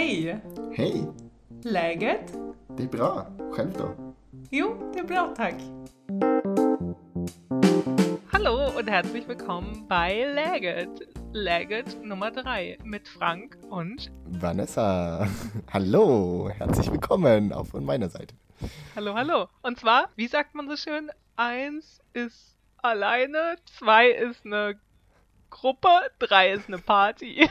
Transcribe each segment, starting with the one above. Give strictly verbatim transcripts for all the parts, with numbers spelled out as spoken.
Hej! Hej, Läget? det är bra. Själv då? Jo, det är bra tack. Hallo und herzlich willkommen bei Läget. Läget Nummer drei mit Frank und... Vanessa. Hallo, herzlich willkommen auch von meiner Seite. Hallo, hallo. Und zwar, wie sagt man so schön, eins ist alleine, zwei ist eine Gruppe, drei ist eine Party.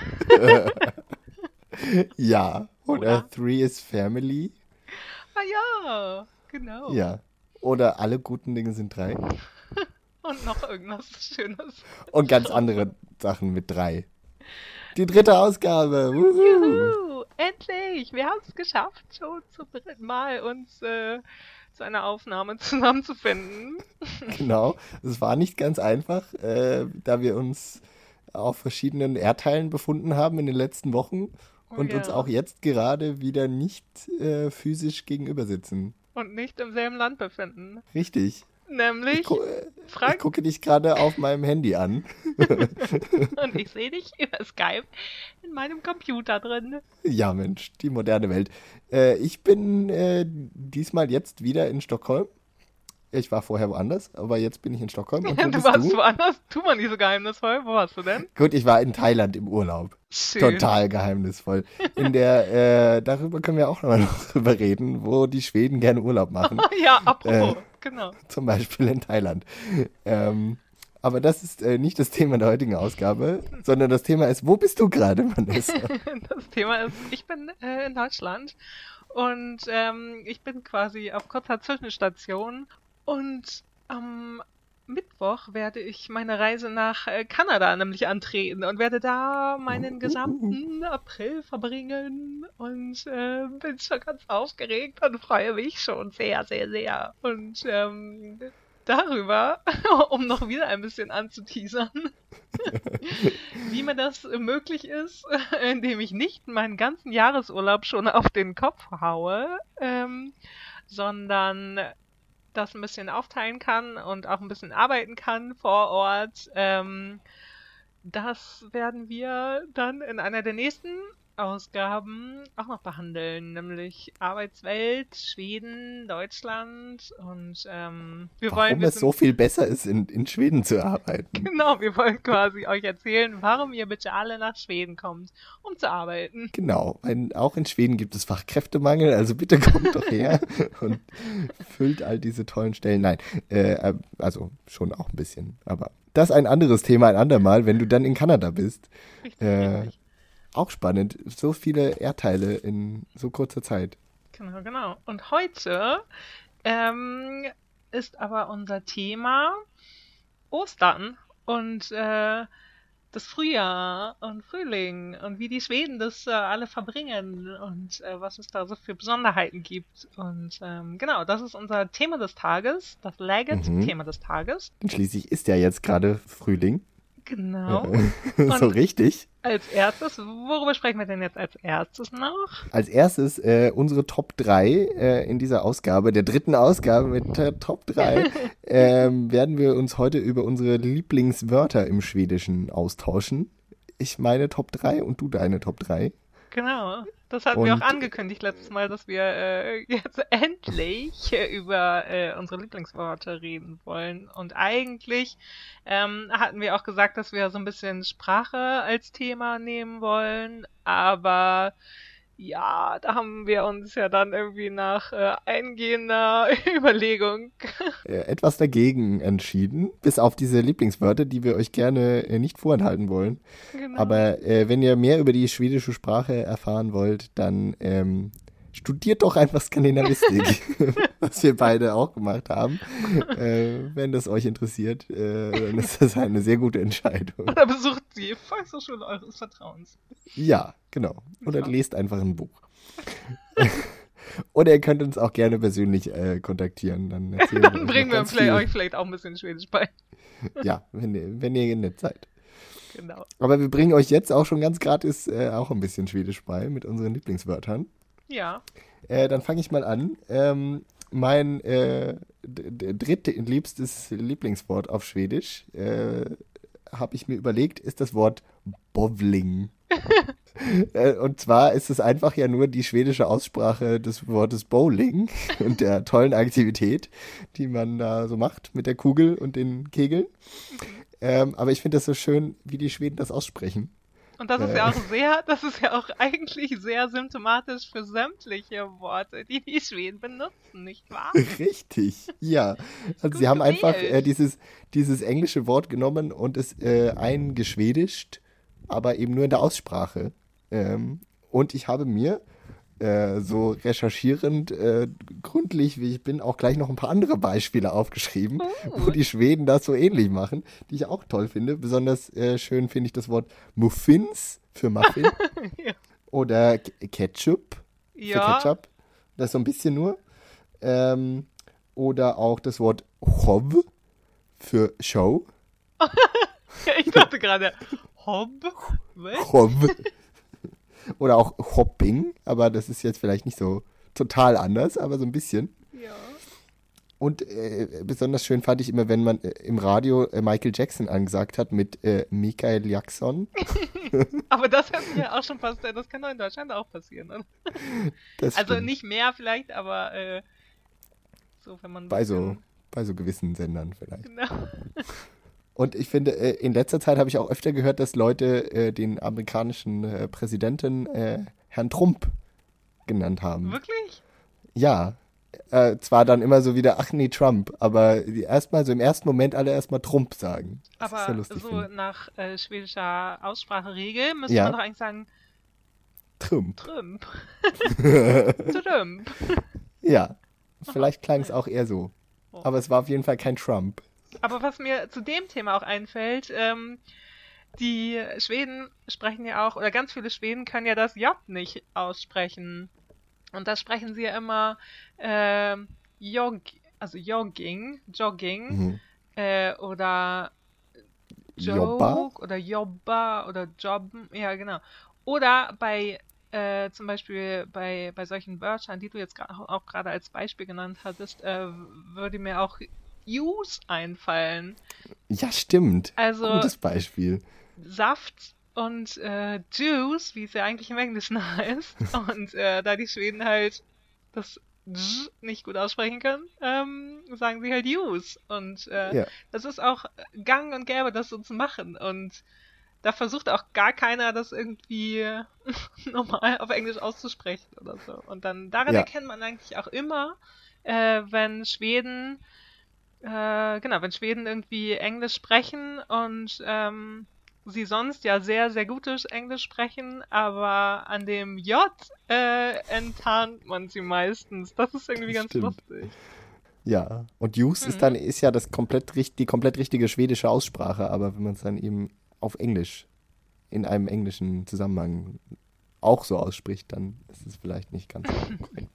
Ja, oder, Oder? Three is Family. Ah ja, genau. Ja, oder alle guten Dinge sind drei. Und noch irgendwas Schönes. Und ganz andere Sachen mit drei. Die dritte Ausgabe. Wuhu. Juhu, endlich! Wir haben es geschafft, schon zum dritten Mal uns äh, zu einer Aufnahme zusammenzufinden. Genau, es war nicht ganz einfach, äh, da wir uns auf verschiedenen Erdteilen befunden haben in den letzten Wochen Oh und ja. uns auch jetzt gerade wieder nicht äh, physisch gegenüber sitzen. Und nicht im selben Land befinden. Richtig. Nämlich Ich, gu äh, ich Frank gucke dich gerade auf meinem Handy an. und ich sehe dich über Skype in meinem Computer drin. Ja, Mensch, die moderne Welt. Äh, ich bin äh, diesmal jetzt wieder in Stockholm. Ich war vorher woanders, aber jetzt bin ich in Stockholm. Und wo Du bist warst du? woanders, tu mal nicht so geheimnisvoll. Wo warst du denn? Gut, ich war in Thailand im Urlaub. Schön. Total geheimnisvoll. In der, äh, darüber können wir auch noch mal drüber reden, wo die Schweden gerne Urlaub machen. Ja, apropos, Äh. genau. Zum Beispiel in Thailand. Ähm, aber das ist äh, nicht das Thema der heutigen Ausgabe, sondern das Thema ist, wo bist du gerade, Vanessa? Das Thema ist, ich bin äh, in Deutschland und ähm, ich bin quasi auf kurzer Zwischenstation und am Mittwoch werde ich meine Reise nach äh, Kanada nämlich antreten und werde da meinen gesamten April verbringen und äh, bin schon ganz aufgeregt und freue mich schon sehr, sehr, sehr. Und ähm, darüber, um noch wieder ein bisschen anzuteasern, wie mir das möglich ist, indem ich nicht meinen ganzen Jahresurlaub schon auf den Kopf haue, ähm, sondern das ein bisschen aufteilen kann und auch ein bisschen arbeiten kann vor Ort. Ähm, das werden wir dann in einer der nächsten Ausgaben auch noch behandeln, nämlich Arbeitswelt, Schweden, Deutschland und ähm, wir wollen Warum es wissen, so viel besser ist, in, in Schweden zu arbeiten. genau, wir wollen quasi euch erzählen, warum ihr bitte alle nach Schweden kommt, um zu arbeiten. Genau, weil auch in Schweden gibt es Fachkräftemangel, also bitte kommt doch her und füllt all diese tollen Stellen. Nein, äh, also schon auch ein bisschen, aber das ein anderes Thema, ein andermal, wenn du dann in Kanada bist. Richtig, Äh, richtig. Auch spannend, so viele Erdteile in so kurzer Zeit. Genau, genau. Und heute ähm, ist aber unser Thema Ostern und äh, das Frühjahr und Frühling und wie die Schweden das äh, alle verbringen und äh, was es da so für Besonderheiten gibt. Und ähm, genau, das ist unser Thema des Tages, das Mhm. Läget-Thema des Tages. Und schließlich ist ja jetzt gerade Frühling. Genau. Äh, so Und richtig. als erstes, worüber sprechen wir denn jetzt als erstes noch? Als erstes äh, unsere Top drei äh, in dieser Ausgabe, der dritten Ausgabe mit der Top drei, ähm, werden wir uns heute über unsere Lieblingswörter im Schwedischen austauschen. Ich meine Top drei und du deine Top drei. Genau, das hatten wir auch Und- angekündigt letztes Mal, dass wir äh, jetzt endlich äh, über äh, unsere Lieblingsworte reden wollen. Und eigentlich ähm, hatten wir auch gesagt, dass wir so ein bisschen Sprache als Thema nehmen wollen, aber ja, da haben wir uns ja dann irgendwie nach äh, eingehender Überlegung Äh, etwas dagegen entschieden, bis auf diese Lieblingswörter, die wir euch gerne äh, nicht vorenthalten wollen. genau. Aber äh, wenn ihr mehr über die schwedische Sprache erfahren wollt, dann ähm, studiert doch einfach Skandinavistik, was wir beide auch gemacht haben. Äh, wenn das euch interessiert, äh, dann ist das eine sehr gute Entscheidung. Oder besucht die Volkshochschule eures Vertrauens. Ja, genau. Oder Ja. lest einfach ein Buch. Oder ihr könnt uns auch gerne persönlich äh, kontaktieren. Dann, erzählen wir Dann euch bringen noch wir ganz vielleicht, viel. euch vielleicht auch ein bisschen Schwedisch bei. Ja, wenn ihr, wenn ihr nett seid. Genau. Aber wir bringen euch jetzt auch schon ganz gratis äh, auch ein bisschen Schwedisch bei mit unseren Lieblingswörtern. Ja. Äh, dann fange ich mal an. Ähm, mein äh, d- d- drittliebstes Lieblingswort auf Schwedisch äh, habe ich mir überlegt, ist das Wort Bowling. Äh, Und zwar ist es einfach ja nur die schwedische Aussprache des Wortes Bowling und der tollen Aktivität, die man da so macht mit der Kugel und den Kegeln. Ähm, aber ich finde das so schön, wie die Schweden das aussprechen. Und das ist Äh. ja auch sehr, das ist ja auch eigentlich sehr symptomatisch für sämtliche Worte, die die Schweden benutzen, nicht wahr? Richtig, ja. Also Gut sie haben einfach gewählt. äh, dieses, dieses englische Wort genommen und es äh, eingeschwedischt, aber eben nur in der Aussprache. Ähm, und ich habe mir äh, so recherchierend, äh, gründlich wie ich bin, auch gleich noch ein paar andere Beispiele aufgeschrieben, wo Uh, die Schweden das so ähnlich machen, die ich auch toll finde. Besonders äh, schön finde ich das Wort Muffins für Muffin ja. oder K- Ketchup für Ja, Ketchup. Das so ein bisschen nur. Ähm, oder auch das Wort Hov für Show. ich dachte gerade, Hob? Was? Hov. Oder auch Hopping, aber das ist jetzt vielleicht nicht so total anders, aber so ein bisschen. Ja. Und äh, besonders schön fand ich immer, wenn man äh, im Radio äh, Michael Jackson angesagt hat mit äh, Michael Jackson. Aber das hat mir auch schon fast, das kann doch in Deutschland auch passieren. Oder? Das Also stimmt. nicht mehr vielleicht, aber äh, so, wenn man ein Bei so, bisschen- bei so gewissen Sendern vielleicht. Genau. Und ich finde, äh, in letzter Zeit habe ich auch öfter gehört, dass Leute äh, den amerikanischen äh, Präsidenten äh, Herrn Trump genannt haben. Wirklich? Ja, äh, zwar dann immer so wieder, ach nee, Trump, aber die erstmal so im ersten Moment alle erstmal Trump sagen. Das ist Aber sehr lustig, so finde ich. nach äh, schwedischer Ausspracheregel müsste Ja. man doch eigentlich sagen Trump. Trump. Trump. Ja, vielleicht klang es auch eher so. Oh. Aber es war auf jeden Fall kein Trump. Aber was mir zu dem Thema auch einfällt, ähm, die Schweden sprechen ja auch, oder ganz viele Schweden können ja das J nicht aussprechen. Und da sprechen sie ja immer ähm, Jog, also Jogging, Jogging, Mhm. äh, oder Jobba? Joke oder Jobba oder Jobben, ja genau. Oder bei äh, zum Beispiel bei, bei solchen Wörtern, die du jetzt gra- auch gerade als Beispiel genannt hattest, äh, würde mir auch Use einfallen. Ja, stimmt. Also Gutes Beispiel. Saft und äh, Juice, wie es ja eigentlich im Englischen heißt. Und äh, da die Schweden halt das J nicht gut aussprechen können, ähm, sagen sie halt Use. Und äh, Ja. das ist auch gang und gäbe, das so zu machen. Und da versucht auch gar keiner, das irgendwie normal auf Englisch auszusprechen oder so. Und dann daran Ja. erkennt man eigentlich auch immer, äh, wenn Schweden, äh, genau, wenn Schweden irgendwie Englisch sprechen und ähm, sie sonst ja sehr, sehr gutes Englisch sprechen, aber an dem J äh, enttarnt man sie meistens. Das ist irgendwie Das ganz stimmt. lustig. Ja. Und Use Mhm. ist dann, ist ja das komplett, richt- die komplett richtige schwedische Aussprache, aber wenn man es dann eben auf Englisch, in einem englischen Zusammenhang auch so ausspricht, dann ist es vielleicht nicht ganz so korrekt.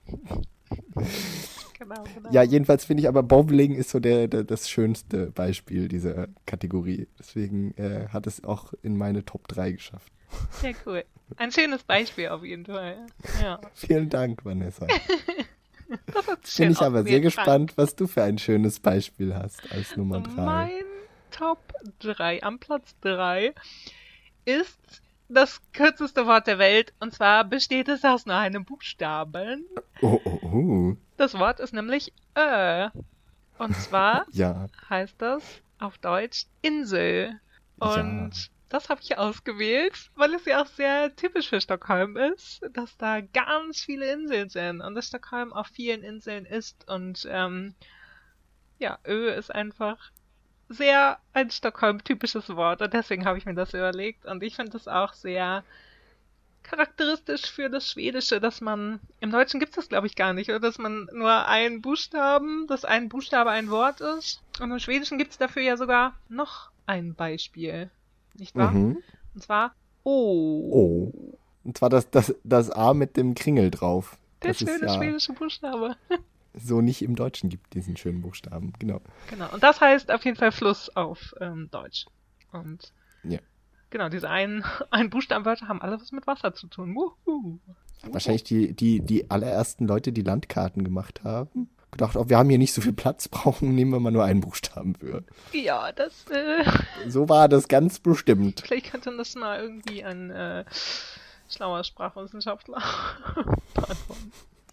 Genau, genau. Ja, jedenfalls finde ich aber Bowling ist so der, der, das schönste Beispiel dieser Kategorie. Deswegen äh, hat es auch in meine Top drei geschafft. Sehr cool. Ein schönes Beispiel auf jeden Fall. Ja. Vielen Dank, Vanessa. Das hat schön Bin ich aber sehr ausgewählt, Frank. gespannt, was du für ein schönes Beispiel hast als Nummer drei. Mein Top drei, am Platz drei, ist das kürzeste Wort der Welt. Und zwar besteht es aus nur einem Buchstaben. Oh, oh, oh. Das Wort ist nämlich Ö. Und zwar Ja, heißt das auf Deutsch Insel. Und Ja. das habe ich ausgewählt, weil es ja auch sehr typisch für Stockholm ist, dass da ganz viele Inseln sind und dass Stockholm auf vielen Inseln ist. Und ähm, ja, Ö ist einfach sehr ein Stockholm-typisches Wort und deswegen habe ich mir das überlegt. Und ich finde das auch sehr charakteristisch für das Schwedische, dass man, im Deutschen gibt es das glaube ich gar nicht, oder dass man nur einen Buchstaben, dass ein Buchstabe ein Wort ist. Und im Schwedischen gibt es dafür ja sogar noch ein Beispiel, nicht wahr? mhm. Und zwar O. Oh. Und zwar das, das, das A mit dem Kringel drauf. Der Das ist schöne ja schwedische Buchstabe. so nicht im Deutschen gibt, diesen schönen Buchstaben. Genau. Genau. Und das heißt auf jeden Fall Fluss auf ähm, Deutsch. Und Ja. genau, diese einen, einen Buchstabenwörter haben alle was mit Wasser zu tun. Wuhu. Wahrscheinlich die, die, die allerersten Leute, die Landkarten gemacht haben. gedacht, oh, wir haben hier nicht so viel Platz, brauchen, nehmen wir mal nur einen Buchstaben für. Ja, das, äh... So war das ganz bestimmt. Vielleicht könnte das mal irgendwie ein äh, schlauer Sprachwissenschaftler beantworten.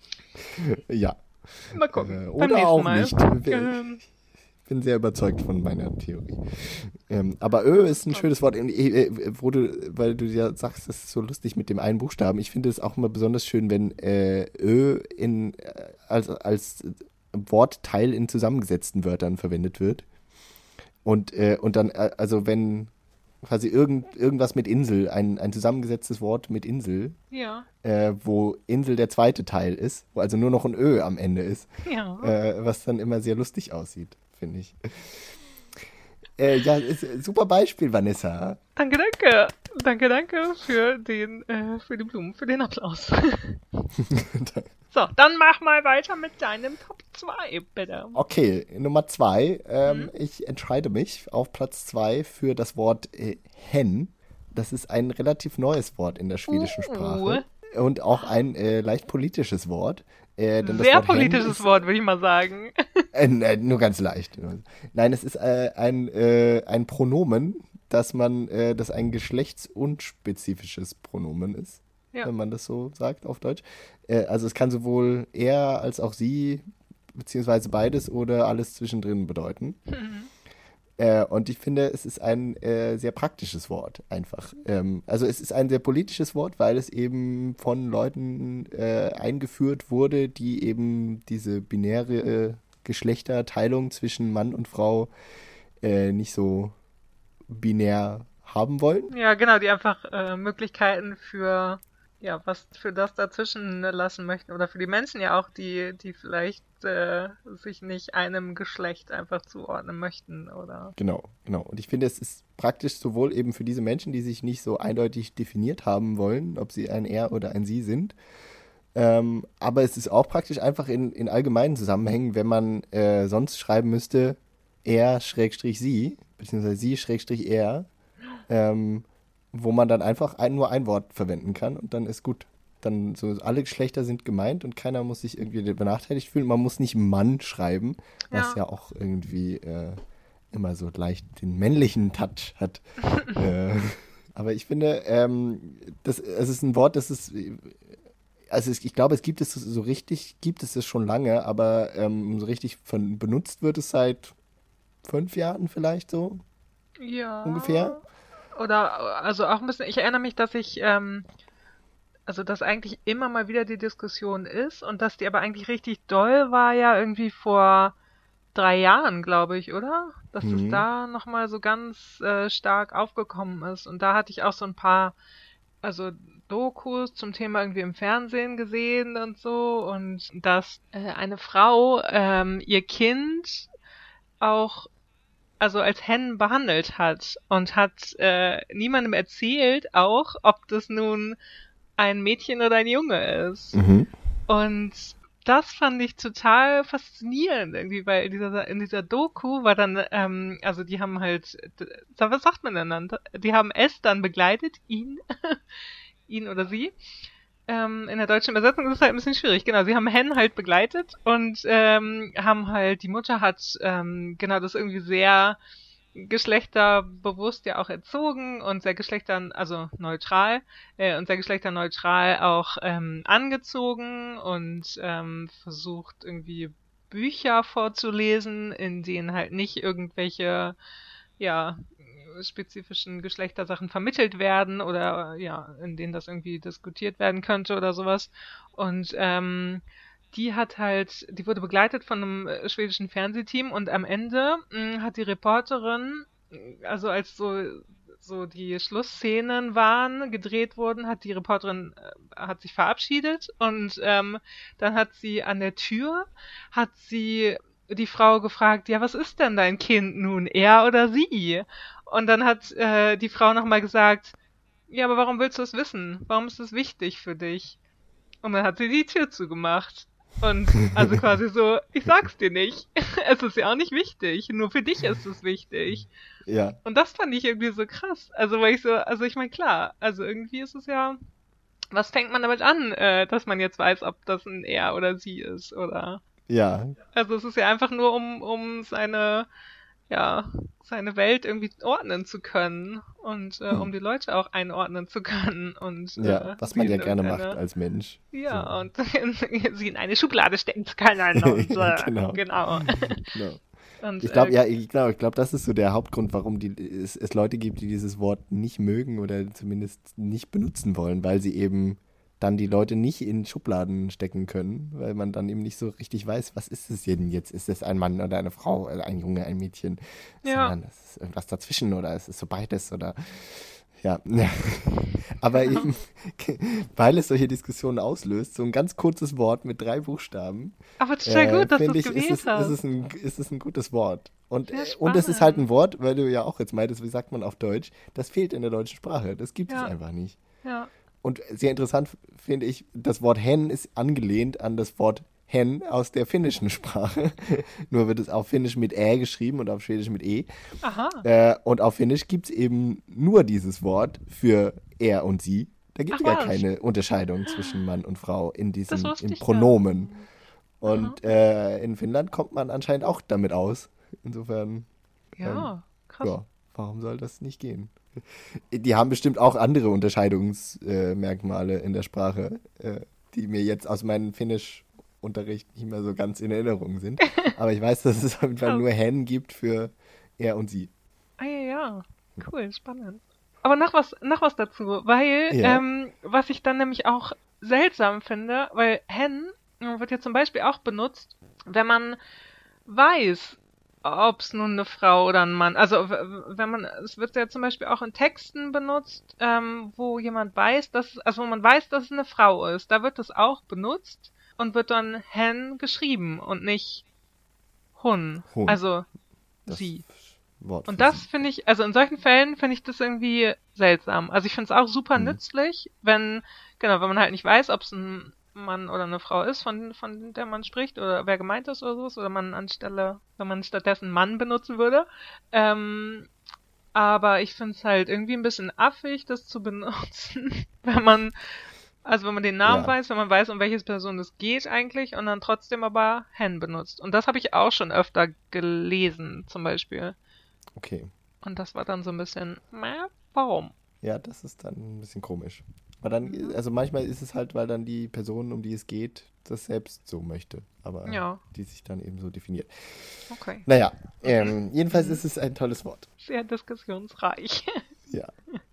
Ja. Mal gucken. Äh, Beim oder auch Mal. nicht. Ähm, Ich bin sehr überzeugt von meiner Theorie. Ähm, aber Ö ist ein schönes Wort, äh, wo du, weil du ja sagst, das ist so lustig mit dem einen Buchstaben. Ich finde es auch immer besonders schön, wenn äh, Ö in, äh, als, als Wortteil in zusammengesetzten Wörtern verwendet wird. Und, äh, und dann, äh, also wenn quasi irgend, irgendwas mit Insel, ein, ein zusammengesetztes Wort mit Insel, ja. äh, wo Insel der zweite Teil ist, wo also nur noch ein Ö am Ende ist, Ja. äh, was dann immer sehr lustig aussieht, finde ich. Äh, ja, ist ein super Beispiel, Vanessa. Danke, danke. Danke, danke für den, äh, für die Blumen, für den Applaus. So, dann mach mal weiter mit deinem Top zwei, bitte. Okay, Nummer zwei. Ähm, Mhm. Ich entscheide mich auf Platz zwei für das Wort äh, hen. Das ist ein relativ neues Wort in der schwedischen Uh. Sprache. Und auch ein äh, leicht politisches Wort. Äh, denn das Sehr Wort hen politisches ist, Wort, würde ich mal sagen. Äh, äh, nur ganz leicht. Nein, es ist äh, ein, äh, ein Pronomen, dass man, äh, das ein geschlechtsunspezifisches Pronomen ist, Ja. wenn man das so sagt auf Deutsch. Äh, also es kann sowohl er als auch sie, beziehungsweise beides oder alles zwischendrin bedeuten. Mhm. Äh, und ich finde, es ist ein äh, sehr praktisches Wort einfach. Ähm, also es ist ein sehr politisches Wort, weil es eben von Leuten äh, eingeführt wurde, die eben diese binäre äh, Geschlechterteilung zwischen Mann und Frau äh, nicht so binär haben wollen. Ja, genau, die einfach äh, Möglichkeiten für, ja, was für das dazwischen lassen möchten. Oder für die Menschen ja auch, die, die vielleicht äh, sich nicht einem Geschlecht einfach zuordnen möchten, oder? Genau, genau. Und ich finde, es ist praktisch sowohl eben für diese Menschen, die sich nicht so eindeutig definiert haben wollen, ob sie ein Er oder ein Sie sind. Ähm, aber es ist auch praktisch einfach in, in allgemeinen Zusammenhängen, wenn man äh, sonst schreiben müsste, er Schrägstrich sie, beziehungsweise sie Schrägstrich er, ähm, wo man dann einfach ein, nur ein Wort verwenden kann und dann ist gut. Dann so alle Geschlechter sind gemeint und keiner muss sich irgendwie benachteiligt fühlen. Man muss nicht Mann schreiben, was ja, Ja. auch irgendwie äh, immer so leicht den männlichen Touch hat. äh, aber ich finde, ähm, das, es ist ein Wort, das ist, also es, ich glaube, es gibt es so richtig, gibt es es schon lange, aber ähm, so richtig von, benutzt wird es seit fünf Jahren vielleicht so Ja. ungefähr. Oder, also auch ein bisschen, ich erinnere mich, dass ich, ähm, also dass eigentlich immer mal wieder die Diskussion ist und dass die aber eigentlich richtig doll war ja irgendwie vor drei Jahren, glaube ich, oder? Dass das Mhm. da nochmal so ganz äh, stark aufgekommen ist. Und da hatte ich auch so ein paar, also Dokus zum Thema irgendwie im Fernsehen gesehen und so. Und dass äh, eine Frau ähm, ihr Kind auch also als Hen behandelt hat und hat äh, niemandem erzählt auch, ob das nun ein Mädchen oder ein Junge ist. Mhm. Und das fand ich total faszinierend irgendwie, weil in dieser, in dieser Doku war dann, ähm, also die haben halt, d- was sagt man denn dann? Die haben es dann begleitet, ihn, ihn oder sie. Ähm, in der deutschen Übersetzung ist es halt ein bisschen schwierig. Genau, sie haben Hen halt begleitet und ähm, haben halt, die Mutter hat ähm, genau das irgendwie sehr geschlechterbewusst ja auch erzogen und sehr geschlechtern, also neutral, äh, und sehr geschlechterneutral auch ähm, angezogen und ähm, versucht irgendwie Bücher vorzulesen, in denen halt nicht irgendwelche, ja, spezifischen Geschlechtersachen vermittelt werden oder ja, in denen das irgendwie diskutiert werden könnte oder sowas. Und ähm, die hat halt, die wurde begleitet von einem äh, schwedischen Fernsehteam und am Ende mh, hat die Reporterin, mh, also als so so die Schlussszenen waren, gedreht wurden, hat die Reporterin äh, hat sich verabschiedet und ähm, dann hat sie an der Tür, hat sie die Frau gefragt, ja, was ist denn dein Kind nun, er oder sie? Und dann hat äh, die Frau nochmal gesagt, ja, aber warum willst du es wissen? Warum ist es wichtig für dich? Und dann hat sie die Tür zugemacht. Und also quasi so, ich sag's dir nicht. Es ist ja auch nicht wichtig. Nur für dich ist es wichtig. Ja. Und das fand ich irgendwie so krass. Also weil ich so, also ich meine, klar, also irgendwie ist es ja, was fängt man damit an, äh, dass man jetzt weiß, ob das ein er oder sie ist, oder? Ja. Also es ist ja einfach nur, um, um seine, ja, seine Welt irgendwie ordnen zu können und äh, Hm. um die Leute auch einordnen zu können und Ja, äh, was sie man ja in gerne macht irgendeine, als Mensch. So. ja, und sie in eine Schublade stecken zu können und äh, Genau. genau. Genau. Und Ich glaube, äh, ja, ich glaube, ich glaube, das ist so der Hauptgrund, warum die, es, es Leute gibt, die dieses Wort nicht mögen oder zumindest nicht benutzen wollen, weil sie eben dann die Leute nicht in Schubladen stecken können, weil man dann eben nicht so richtig weiß, was ist es denn jetzt? Ist es ein Mann oder eine Frau, oder ein Junge, ein Mädchen, ja, sondern es ist irgendwas dazwischen oder es ist so beides oder ja. Aber genau. eben, weil es solche Diskussionen auslöst, so ein ganz kurzes Wort mit drei Buchstaben, Aber total äh, gut, dass du finde es ich, ist gewählt es, ist, hast. es ein, ist es ein gutes Wort. Und, Sehr äh, und es ist halt ein spannend. Wort, weil du ja auch jetzt meintest, wie sagt man auf Deutsch, das fehlt in der deutschen Sprache. Das gibt es Ja, einfach nicht. ja. Und sehr interessant finde ich, das Wort Hen ist angelehnt an das Wort Hen aus der finnischen Sprache. Nur wird es auf Finnisch mit Ä geschrieben und auf Schwedisch mit E. Aha. Äh, und auf Finnisch gibt es eben nur dieses Wort für er und sie. Da gibt Ach es gar was, keine Unterscheidung zwischen Mann und Frau in das diesem, wusste im ich gar Pronomen. nicht. Aha. Und äh, in Finnland kommt man anscheinend auch damit aus. Insofern, ähm, Ja, krass. ja, warum soll das nicht gehen? Die haben bestimmt auch andere Unterscheidungsmerkmale in der Sprache, äh, die mir jetzt aus meinem Finnischunterricht nicht mehr so ganz in Erinnerung sind. Aber ich weiß, dass es auf jeden Fall Krass. nur Hen gibt für er und sie. Ah ja, ja. Cool, spannend. Aber noch was, noch was dazu, weil, Ja, ähm, was ich dann nämlich auch seltsam finde, weil hen äh, wird ja zum Beispiel auch benutzt, wenn man weiß, ob es nun eine Frau oder ein Mann, also w- w- wenn man, es wird ja zum Beispiel auch in Texten benutzt, ähm, wo jemand weiß, dass, also wo man weiß, dass es eine Frau ist, da wird es auch benutzt und wird dann hen geschrieben und nicht hun, Hun, also das sie. Wort Und für das sie. finde ich, also in solchen Fällen finde ich das irgendwie seltsam. Also ich finde es auch super Hm. nützlich, wenn, genau, wenn man halt nicht weiß, ob es ein Mann oder eine Frau ist, von, von der man spricht, oder wer gemeint ist oder so, oder man anstelle, wenn man stattdessen Mann benutzen würde. Ähm, aber ich finde es halt irgendwie ein bisschen affig, das zu benutzen, wenn man, also wenn man den Namen Ja, weiß, wenn man weiß, um welche Person es geht eigentlich, und dann trotzdem aber hen benutzt. Und das habe ich auch schon öfter gelesen, zum Beispiel. okay. Und das war dann so ein bisschen, meh, warum? Ja, das ist dann ein bisschen komisch. Aber dann, Mhm. also manchmal ist es halt, weil dann die Person, um die es geht, das selbst so möchte. Aber Ja, die sich dann eben so definiert. okay. Naja, ähm, jedenfalls Mhm. ist es ein tolles Wort. Sehr diskussionsreich. Ja.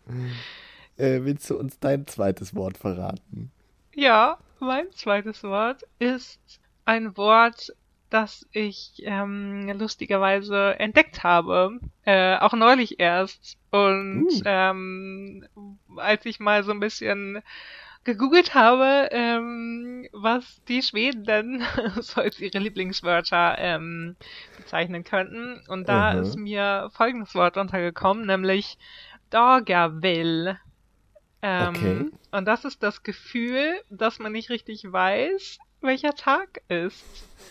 Äh, willst du uns dein zweites Wort verraten? Ja, mein zweites Wort ist ein Wort, das ich ähm, lustigerweise entdeckt habe, äh, auch neulich erst. Und Uh, ähm, als ich mal so ein bisschen gegoogelt habe, ähm, was die Schweden denn so als ihre Lieblingswörter ähm, bezeichnen könnten. Und da ist aha. mir folgendes Wort untergekommen, nämlich Dagavill. Okay. Ähm, und das ist das Gefühl, dass man nicht richtig weiß, welcher Tag ist.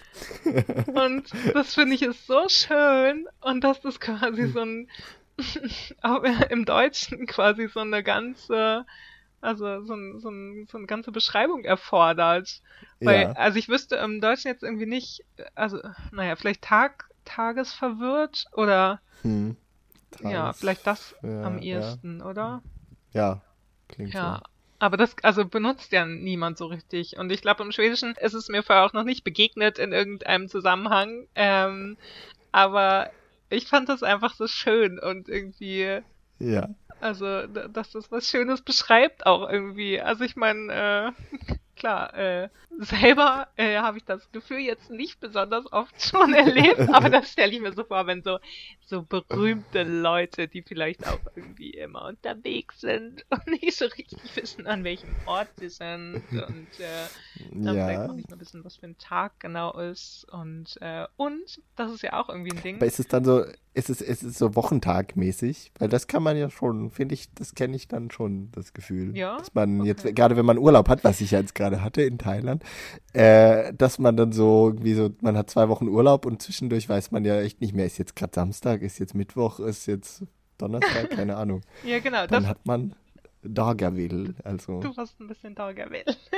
Und das finde ich ist so schön und dass das quasi so ein, auch im Deutschen quasi so eine ganze, also so, ein, so, ein, so eine ganze Beschreibung erfordert. Weil, Ja. also ich wüsste im Deutschen jetzt irgendwie nicht, also, naja, vielleicht Tag, tagesverwirrt oder, Hm. ja, Tages. vielleicht das am Ja, ja. ehesten, oder? Ja, klingt so. Ja, aber das, also benutzt ja niemand so richtig. Und ich glaube, im Schwedischen ist es mir vorher auch noch nicht begegnet in irgendeinem Zusammenhang. Ähm, aber ich fand das einfach so schön und irgendwie, Ja. also, d- dass das was Schönes beschreibt auch irgendwie. Also ich meine, äh, klar, äh, selber äh, habe ich das Gefühl jetzt nicht besonders oft schon erlebt, aber das stelle ich mir so vor, wenn so, so berühmte Leute, die vielleicht auch irgendwie immer unterwegs sind und nicht so richtig wissen, an welchem Ort sie sind und äh, dann vielleicht Ja. auch nicht mehr wissen, was für ein Tag genau ist und äh, und das ist ja auch irgendwie ein Aber Ding. ist es dann so, ist es, ist es so Wochentagmäßig? Weil das kann man ja schon, finde ich, das kenne ich dann schon, das Gefühl. Ja, Dass man jetzt, okay. gerade wenn man Urlaub hat, was ich ja jetzt gerade hatte in Thailand, äh, dass man dann so irgendwie so, man hat zwei Wochen Urlaub und zwischendurch weiß man ja echt nicht mehr, ist jetzt gerade Samstag, ist jetzt Mittwoch, ist jetzt Donnerstag, keine Ahnung. Ja, genau, Dann das, hat man Dagavil, also du warst ein bisschen Dauerwelle.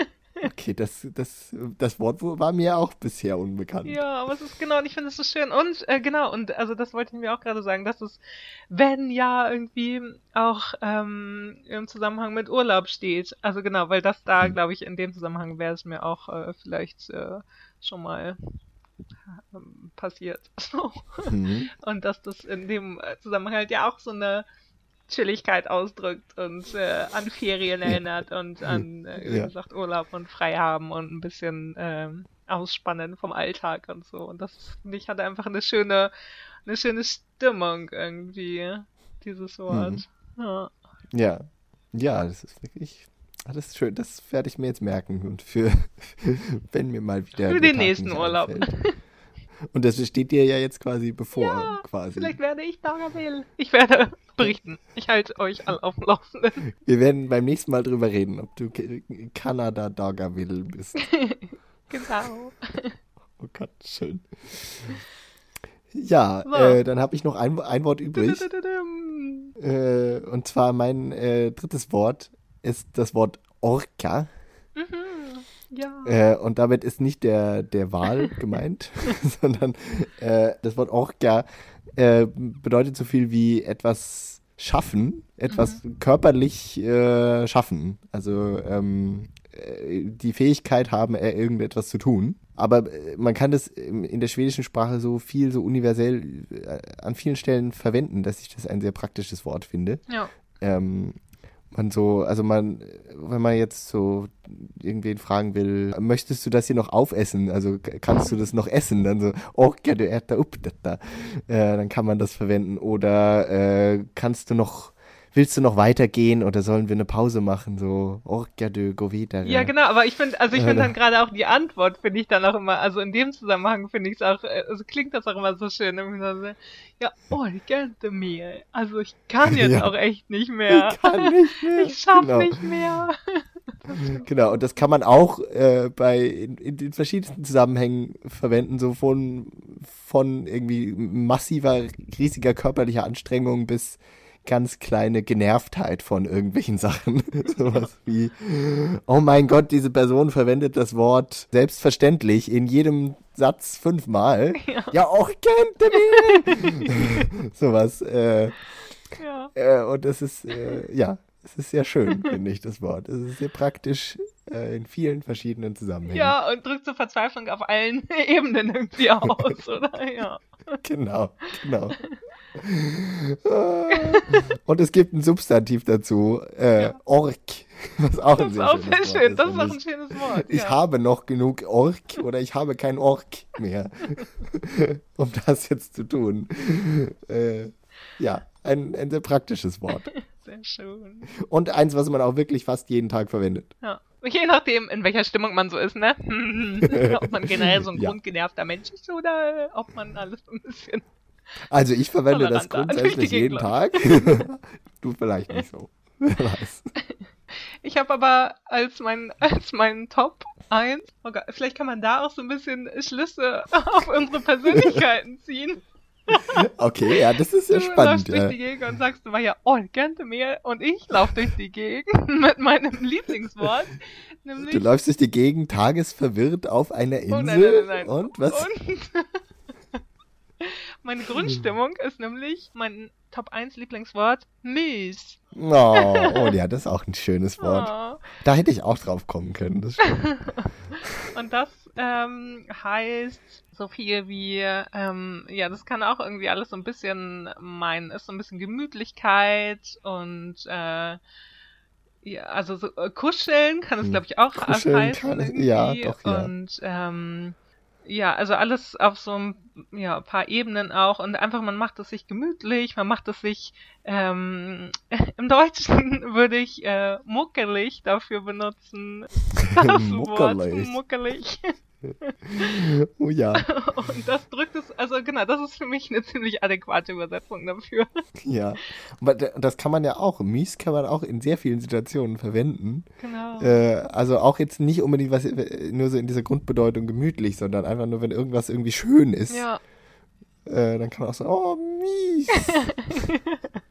Okay, das, das, das Wort war mir auch bisher unbekannt. Ja, aber es ist genau, und ich finde es so schön. Und äh, genau, und also das wollte ich mir auch gerade sagen, dass es, wenn ja, irgendwie auch ähm, im Zusammenhang mit Urlaub steht. Also genau, weil das da, Hm. glaube ich, in dem Zusammenhang wäre es mir auch äh, vielleicht äh, schon mal ähm, passiert. So. Mhm. Und dass das in dem äh, Zusammenhang halt ja auch so eine Chilligkeit ausdrückt und äh, an Ferien Ja. erinnert und an, äh, wie Ja. gesagt, Urlaub und frei haben und ein bisschen ähm, ausspannen vom Alltag und so. Und das, finde ich, hat einfach eine schöne, eine schöne Stimmung irgendwie, dieses Wort. Mhm. Ja. Ja. Ja, das ist wirklich. Ah, das ist schön. Das werde ich mir jetzt merken. Und für, wenn mir mal wieder. Für der den Tag nächsten nicht Urlaub. einfällt. Und das steht dir ja jetzt quasi bevor, Ja, quasi. vielleicht werde ich Dargaville. Ich werde berichten. Ich halte euch alle auf dem Laufenden. Wir werden beim nächsten Mal drüber reden, ob du Kanada Dargaville bist. Genau. Oh Gott, schön. Ja, So. äh, dann habe ich noch ein, ein Wort übrig. Tudududum. Äh, und zwar mein äh, drittes Wort ist das Wort Orca. Mhm. Ja. Äh, und damit ist nicht der, der Wal gemeint, sondern äh, das Wort Orca äh, bedeutet so viel wie etwas schaffen, etwas körperlich äh, schaffen. Also ähm, äh, die Fähigkeit haben, äh, irgendetwas zu tun. Aber äh, man kann das in in der schwedischen Sprache so viel, so universell äh, an vielen Stellen verwenden, dass ich das ein sehr praktisches Wort finde. Ja. Ähm, man so, also man, wenn man jetzt so irgendwen fragen will, möchtest du das hier noch aufessen? Also k- kannst du das noch essen? Dann so, oh, ja, du ät da up, dat da. Äh, dann kann man das verwenden. Oder äh, kannst du noch, willst du noch weitergehen oder sollen wir eine Pause machen? So, oh, ja, du, go wieder. Ja, genau, aber ich finde, also ich Äh, finde da- dann gerade auch die Antwort, finde ich dann auch immer, also in dem Zusammenhang finde ich es auch, äh, also klingt das auch immer so schön, irgendwie so, ja, oh, ich könnte mir, also ich kann jetzt Ja. auch echt nicht mehr. Ich kann nicht mehr. Ich schaff Genau. nicht mehr. Genau, und das kann man auch äh, bei in, in den verschiedensten Zusammenhängen verwenden, so von, von irgendwie massiver, riesiger körperlicher Anstrengung bis ganz kleine Genervtheit von irgendwelchen Sachen. Sowas wie, oh mein Gott, diese Person verwendet das Wort selbstverständlich in jedem Satz fünfmal. Ja. Ja, auch kennt mir. Sowas. Äh, Ja. äh, und das ist, äh, ja, es ist sehr schön, finde ich, das Wort. Es ist sehr praktisch äh, in vielen verschiedenen Zusammenhängen. Ja, und drückt so Verzweiflung auf allen Ebenen irgendwie aus, oder? Ja. Genau, genau. Äh, und es gibt ein Substantiv dazu, äh, Ja. Ork, was auch Das ein ist sehr auch schönes sehr Wort schön. Das ist finde auch ich. ein schönes Wort. Ich Ja. habe noch genug Ork oder ich habe kein Ork mehr, um das jetzt zu tun. Äh, ja, ein, ein sehr praktisches Wort. Sehr schön. Und eins, was man auch wirklich fast jeden Tag verwendet. Ja. Je nachdem, in welcher Stimmung man so ist, ne? Ob man generell so ein Ja. grundgenervter Mensch ist oder ob man alles so ein bisschen. Also ich verwende das Toleranter. grundsätzlich Durch die jeden Gegend Tag. Du vielleicht nicht so. Wer weiß. Ich habe aber als mein, als mein Top eins, oh Gott, vielleicht kann man da auch so ein bisschen Schlüsse auf unsere Persönlichkeiten ziehen. Okay, ja, das ist Du ja läufst spannend. durch Ja. die Gegend und sagst immer, ja, oh, ich könnte mehr. Und ich laufe durch die Gegend mit meinem Lieblingswort, nämlich... Du läufst durch die Gegend tagesverwirrt auf einer Insel. Oh nein, nein, nein, nein. Und was? Und meine Grundstimmung ist nämlich mein Top eins Lieblingswort, mies. Oh, oh, ja, das ist auch ein schönes Wort. Oh. Da hätte ich auch drauf kommen können, das stimmt. Und das ähm, heißt so viel wie, ähm, ja, das kann auch irgendwie alles so ein bisschen meinen, ist so ein bisschen Gemütlichkeit und äh, ja, also so äh, kuscheln kann es, Hm. glaube ich, auch Kuscheln heißen kann es- irgendwie. ja, doch, ja. Und ähm, ja, also alles auf so ein ja, paar Ebenen auch und einfach, man macht es sich gemütlich, man macht es sich, ähm, im Deutschen würde ich äh, muckelig dafür benutzen. Das Wort, Muckelig. muckelig. Oh ja, Und das drückt es, also genau, das ist für mich eine ziemlich adäquate Übersetzung dafür. ja. Aber d- das kann man ja auch, mies kann man auch in sehr vielen Situationen verwenden. Genau. Äh, also auch jetzt nicht unbedingt was äh, nur so in dieser Grundbedeutung gemütlich, sondern einfach nur, wenn irgendwas irgendwie schön ist, Ja, äh, dann kann man auch sagen, oh, mies.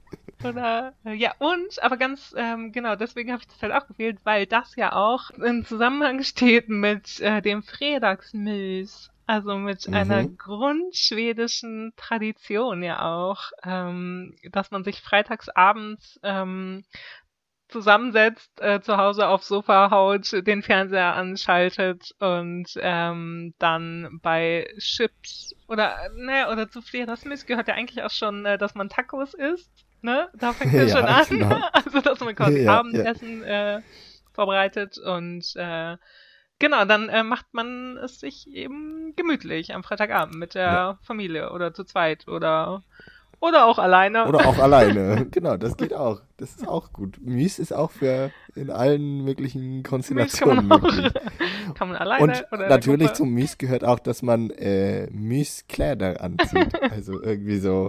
Oder, äh, ja, und, aber ganz, ähm, genau, deswegen habe ich das halt auch gewählt, weil das ja auch im Zusammenhang steht mit äh, dem Fredagsmys. Also mit einer Mhm. grundschwedischen Tradition ja auch, ähm, dass man sich freitags abends ähm, zusammensetzt, äh, zu Hause aufs Sofa haut, den Fernseher anschaltet und ähm, dann bei Chips oder ne, oder zu Fredagsmys gehört ja eigentlich auch schon, äh, dass man Tacos isst, ne? Da fängt es schon Ja, an. genau. Also dass man quasi Ja, ja. Abendessen äh, vorbereitet und äh, genau, dann äh, macht man es sich eben gemütlich am Freitagabend mit Ja. der Familie oder zu zweit oder oder auch alleine. Oder auch alleine. Genau, das geht auch. Das ist auch gut. Mys ist auch für in allen möglichen Mys kann Konstellationen man auch, möglich. kann man alleine Und oder in der natürlich Gruppe. zum Mys gehört auch, dass man äh, Mys-Kleider anzieht. Also irgendwie so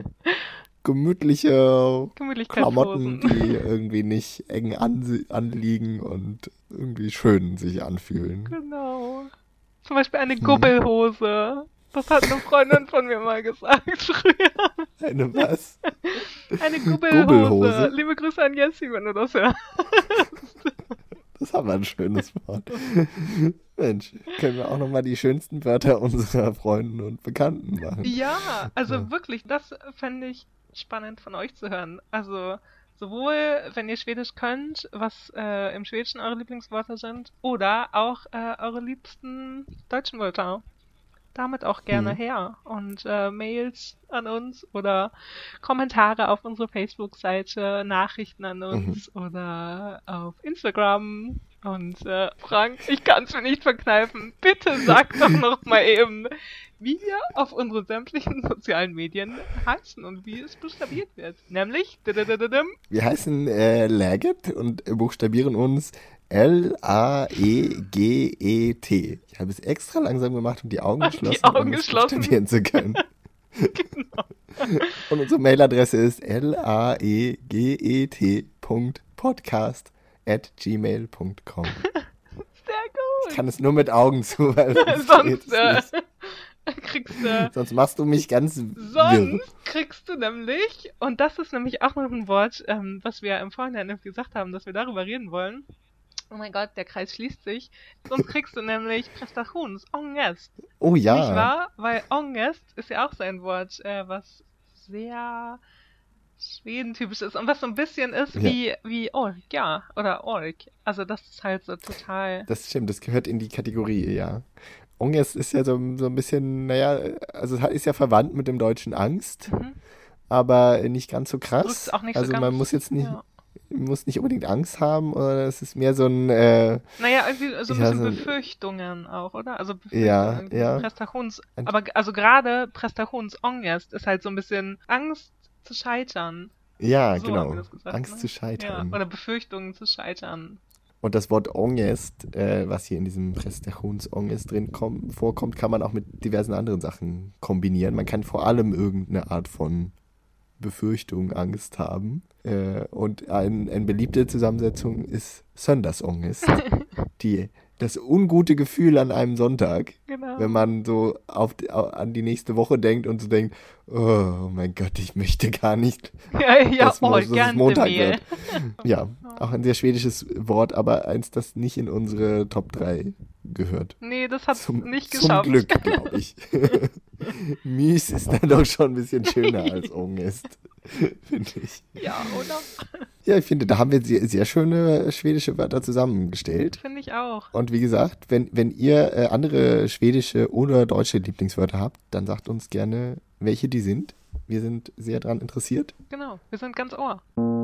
gemütliche Klamotten, Gemütlichkeitshosen. die irgendwie nicht eng ansi- anliegen und irgendwie schön sich anfühlen. Genau. Zum Beispiel eine Mhm. Gubbelhose. Das hat eine Freundin von mir mal gesagt früher. Eine was? Eine Gubbelhose. Gubbelhose? Liebe Grüße an Jessie, wenn du das hörst. Das haben wir ein schönes Wort. Mensch, können wir auch nochmal die schönsten Wörter unserer Freunde und Bekannten machen. Ja, also Ja. wirklich, das fände ich spannend von euch zu hören. Also sowohl, wenn ihr Schwedisch könnt, was äh, im Schwedischen eure Lieblingswörter sind, oder auch äh, eure liebsten deutschen Wörter. Damit auch gerne Hm. her. Und äh, Mails an uns oder Kommentare auf unsere Facebook-Seite, Nachrichten an uns oder auf Instagram. Und äh, Frank, ich kann es mir nicht verkneifen. Bitte sag doch noch mal eben, wie wir auf unsere sämtlichen sozialen Medien heißen und wie es buchstabiert wird. Nämlich dadadadadam, Wir heißen äh, Laget und buchstabieren uns L A E G E T. Ich habe es extra langsam gemacht und die Augen Die geschlossen, Augen um es geschlossen. buchstabieren zu können. genau. Und unsere Mailadresse ist L A E G E T Punkt podcast at gmail Punkt com. Sehr Ich gut. kann es nur mit Augen zu, weil sonst Sonst geht's äh, nicht. kriegst du Sonst machst du mich ganz wirr. Sonst kriegst du nämlich, und das ist nämlich auch noch ein Wort, ähm, was wir im Vorhinein nämlich gesagt haben, dass wir darüber reden wollen. Oh mein Gott, der Kreis schließt sich. Sonst kriegst du nämlich Prestationsångest. Oh Nicht ja, wahr? Weil Ångest ist ja auch so ein Wort, äh, was sehr schwedentypisch ist und was so ein bisschen ist Ja. wie, wie Ork, ja, oder Ork. Also das ist halt so total... das stimmt, das gehört in die Kategorie, ja. Angst ist ja so, so ein bisschen, naja, also es hat- ist ja verwandt mit dem deutschen Angst, Mhm. aber nicht ganz so krass. Drückt's auch nicht also so man ganz... muss jetzt nicht, Ja. muss nicht unbedingt Angst haben, oder es ist mehr so ein, äh, Naja, irgendwie so ein ja, bisschen so, Befürchtungen auch, oder? Also Befürchtungen, ja, irgendwie ja. Prestations... Ein- Aber g- also gerade Prestationsångest ist halt so ein bisschen Angst zu scheitern. Ja, So haben wir genau. das gesagt, Angst ne? zu Ja, scheitern. oder Befürchtungen zu scheitern. Und das Wort Angst, äh, was hier in diesem Prestationsangst drin kommt, vorkommt, kann man auch mit diversen anderen Sachen kombinieren. Man kann vor allem irgendeine Art von Befürchtung, Angst haben. Äh, und ein, eine beliebte Zusammensetzung ist Söndagsangst. Die, das ungute Gefühl an einem Sonntag, Genau. wenn man so auf, die- au- an die nächste Woche denkt und so denkt, oh mein Gott, ich möchte gar nicht, Ja, ja, dass, oh, Mo- dass es ganze Montag Mehl. wird. Ja, auch ein sehr schwedisches Wort, aber eins, das nicht in unsere Top drei gehört. Nee, das hat's Zum, nicht zum geschafft. Glück, glaube ich. Mies ist dann doch schon ein bisschen schöner als Angst, finde ich. Ja, oder? Ja, ich finde, da haben wir sehr, sehr schöne schwedische Wörter zusammengestellt. Finde ich auch. Und wie gesagt, wenn, wenn ihr äh, andere schwedische oder deutsche Lieblingswörter habt, dann sagt uns gerne, welche die sind. Wir sind sehr daran interessiert. Genau, wir sind ganz ohr.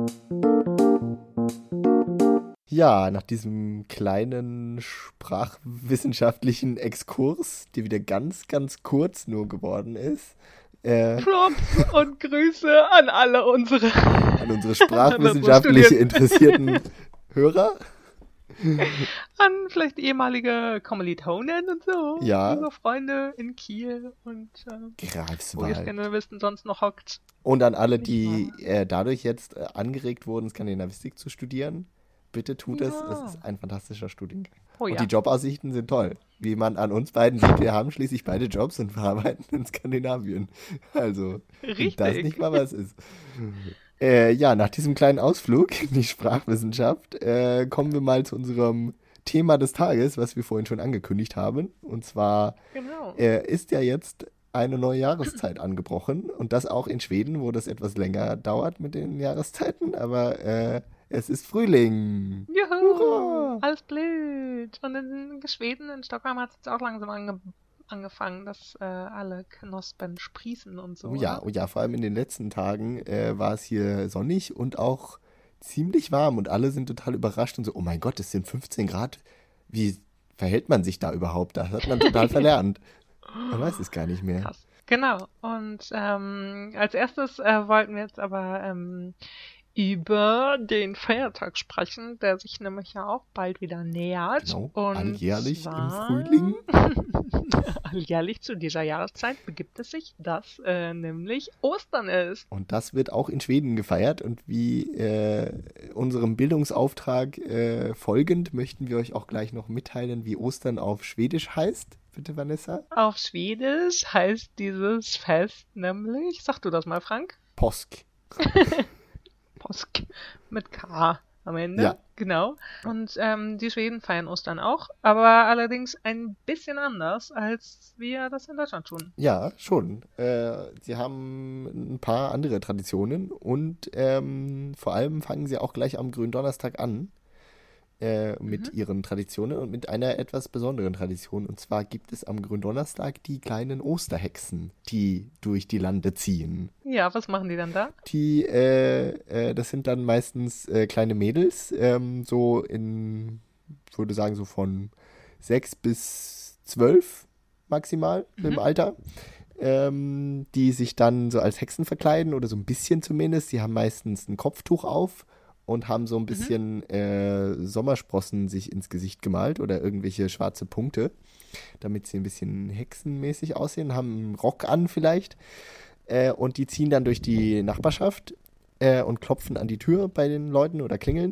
Ja, nach diesem kleinen sprachwissenschaftlichen Exkurs, der wieder ganz, ganz kurz nur geworden ist, äh, Props und Grüße an alle unsere an unsere an unsere sprachwissenschaftlich Studierenden. interessierten Hörer. An vielleicht ehemalige Kommilitonen und so. Ja. Unsere Freunde in Kiel und äh, wo ihr Greifswald. Skandinavisten sonst noch hockt. Und an alle, Nicht die äh, dadurch jetzt äh, angeregt wurden, Skandinavistik zu studieren, bitte tut es. Ja. Es ist ein fantastischer Studiengang. Oh Und ja. die Jobaussichten sind toll. Wie man an uns beiden sieht, wir haben schließlich beide Jobs und wir arbeiten in Skandinavien. Also, wenn das Richtig. nicht mal was ist. Äh, ja, nach diesem kleinen Ausflug in die Sprachwissenschaft äh, kommen wir mal zu unserem Thema des Tages, was wir vorhin schon angekündigt haben. Und zwar Genau. äh, ist ja jetzt eine neue Jahreszeit angebrochen und das auch in Schweden, wo das etwas länger dauert mit den Jahreszeiten, aber äh, es ist Frühling. Juhu, Hurra! alles blüht. Und in Schweden, in Stockholm hat es jetzt auch langsam ange angefangen, dass äh, alle Knospen sprießen und so. Oh ja, oder? oh ja, vor allem in den letzten Tagen äh, war es hier sonnig und auch ziemlich warm und alle sind total überrascht und so, oh mein Gott, es sind fünfzehn Grad. Wie verhält man sich da überhaupt? Das hat man total verlernt. Man weiß es gar nicht mehr. Krass. Genau. Und ähm, als erstes äh, wollten wir jetzt aber ähm, über den Feiertag sprechen, der sich nämlich ja auch bald wieder nähert. Genau, Und alljährlich im zwar Frühling. alljährlich zu dieser Jahreszeit begibt es sich, dass äh, nämlich Ostern ist. Und das wird auch in Schweden gefeiert. Und wie äh, unserem Bildungsauftrag äh, folgend möchten wir euch auch gleich noch mitteilen, wie Ostern auf Schwedisch heißt. Bitte, Vanessa? Auf Schwedisch heißt dieses Fest nämlich, sag du das mal, Frank? Påsk. Påsk mit K am Ende. Ja. Genau. Und ähm, die Schweden feiern Ostern auch, aber allerdings ein bisschen anders, als wir das in Deutschland tun. Ja, schon. Äh, sie haben ein paar andere Traditionen und ähm, vor allem fangen sie auch gleich am Gründonnerstag an äh, mit Mhm. ihren Traditionen und mit einer etwas besonderen Tradition. Und zwar gibt es am Gründonnerstag die kleinen Osterhexen, die durch die Lande ziehen. Ja, was machen die dann da? Die, äh, äh, das sind dann meistens äh, kleine Mädels, ähm, so in, ich würde sagen, so von sechs bis zwölf maximal im Mhm. Alter, ähm, die sich dann so als Hexen verkleiden oder so ein bisschen zumindest. Die haben meistens ein Kopftuch auf und haben so ein Mhm. bisschen äh, Sommersprossen sich ins Gesicht gemalt oder irgendwelche schwarze Punkte, damit sie ein bisschen hexenmäßig aussehen, haben einen Rock an vielleicht. Äh, und die ziehen dann durch die Nachbarschaft äh, und klopfen an die Tür bei den Leuten oder klingeln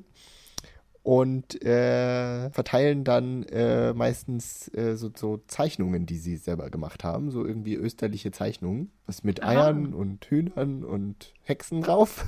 und äh, verteilen dann äh, meistens äh, so, so Zeichnungen, die sie selber gemacht haben, so irgendwie österliche Zeichnungen, was mit Aha. Eiern und Hühnern und Hexen drauf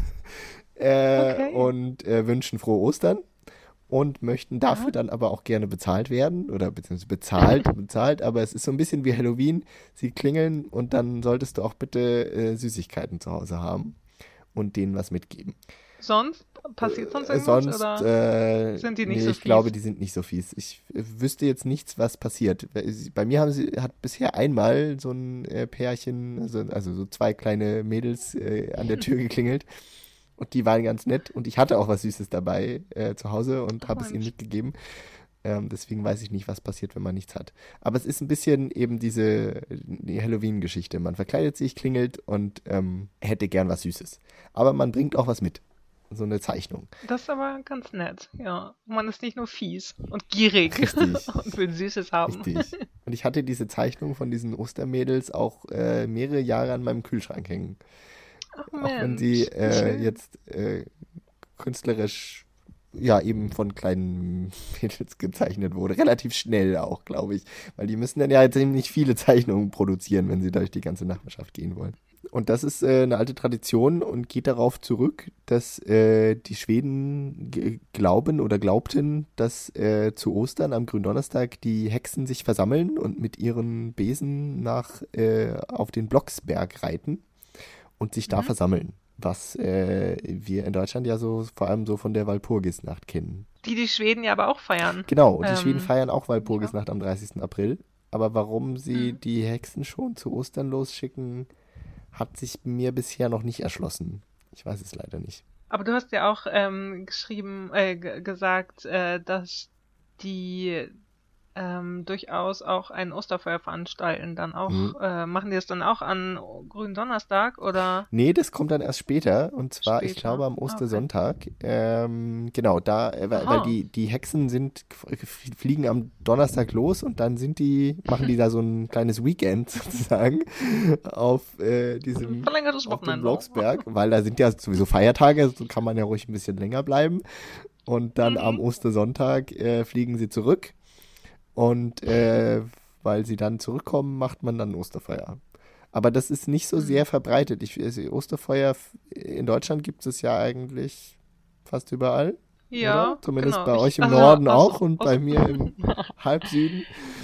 äh, Okay. und äh, wünschen frohe Ostern. Und möchten dafür Aha. dann aber auch gerne bezahlt werden oder beziehungsweise bezahlt, bezahlt, aber es ist so ein bisschen wie Halloween. Sie klingeln und dann solltest du auch bitte äh, Süßigkeiten zu Hause haben und denen was mitgeben. Sonst? Passiert sonst Äh, irgendwas sonst, oder äh, sind die nicht nee, so ich glaube, fies? die sind nicht so fies. Ich äh, wüsste jetzt nichts, was passiert. Bei mir haben sie, hat bisher einmal so ein äh, Pärchen, also, also so zwei kleine Mädels äh, an der Tür geklingelt. Und die waren ganz nett. Und ich hatte auch was Süßes dabei äh, zu Hause und Ach habe es ihnen Mensch. mitgegeben. Ähm, deswegen weiß ich nicht, was passiert, wenn man nichts hat. Aber es ist ein bisschen eben diese die Halloween-Geschichte. Man verkleidet sich, klingelt und ähm, hätte gern was Süßes. Aber man bringt auch was mit. So eine Zeichnung. Das ist aber ganz nett, ja. Man ist nicht nur fies und gierig Richtig, und will Süßes haben. richtig. Und ich hatte diese Zeichnung von diesen Ostermädels auch äh, mehrere Jahre an meinem Kühlschrank hängen. Ach Auch wenn sie Mensch, wie äh, schön. jetzt äh, künstlerisch, ja, eben von kleinen Mädels gezeichnet wurde. Relativ schnell auch, glaube ich. Weil die müssen dann ja jetzt eben nicht viele Zeichnungen produzieren, wenn sie durch die ganze Nachbarschaft gehen wollen. Und das ist äh, eine alte Tradition und geht darauf zurück, dass äh, die Schweden g- glauben oder glaubten, dass äh, zu Ostern am Gründonnerstag die Hexen sich versammeln und mit ihren Besen nach äh, auf den Blocksberg reiten und sich da Mhm. versammeln. Was äh, wir in Deutschland ja so vor allem so von der Walpurgisnacht kennen. Die die Schweden ja aber auch feiern. Genau, und die Schweden Ähm, feiern auch nicht wahr? Walpurgisnacht am dreißigsten April. Aber warum sie Mhm. die Hexen schon zu Ostern losschicken, hat sich mir bisher noch nicht erschlossen. Ich weiß es leider nicht. Aber du hast ja auch ähm, geschrieben, äh, g- gesagt, äh, dass die ähm, durchaus auch ein Osterfeuer veranstalten. Dann Hm. auch, äh, machen die es dann auch an Gründonnerstag oder Nee, das kommt dann erst später. Und zwar, ich glaube, später? am Ah, okay. Ostersonntag. Ähm, genau, da, äh, weil weil Aha. die, die Hexen sind, f- fliegen am Donnerstag los und dann sind die, machen die da so ein kleines Weekend sozusagen auf äh, diesem, Verlängertes auf dem Wochenende. Blocksberg, weil da sind ja sowieso Feiertage, so kann man ja ruhig ein bisschen länger bleiben. Und dann am Mhm. Ostersonntag äh, fliegen sie zurück. Und äh, weil sie dann zurückkommen, macht man dann Osterfeier. Aber das ist nicht so Mhm. sehr verbreitet. Ich, also Osterfeuer f- in Deutschland gibt es ja eigentlich fast überall, oder? Ja, Zumindest genau. bei euch Ich, im also Norden aus, auch und aus, bei mir im Halbsüden.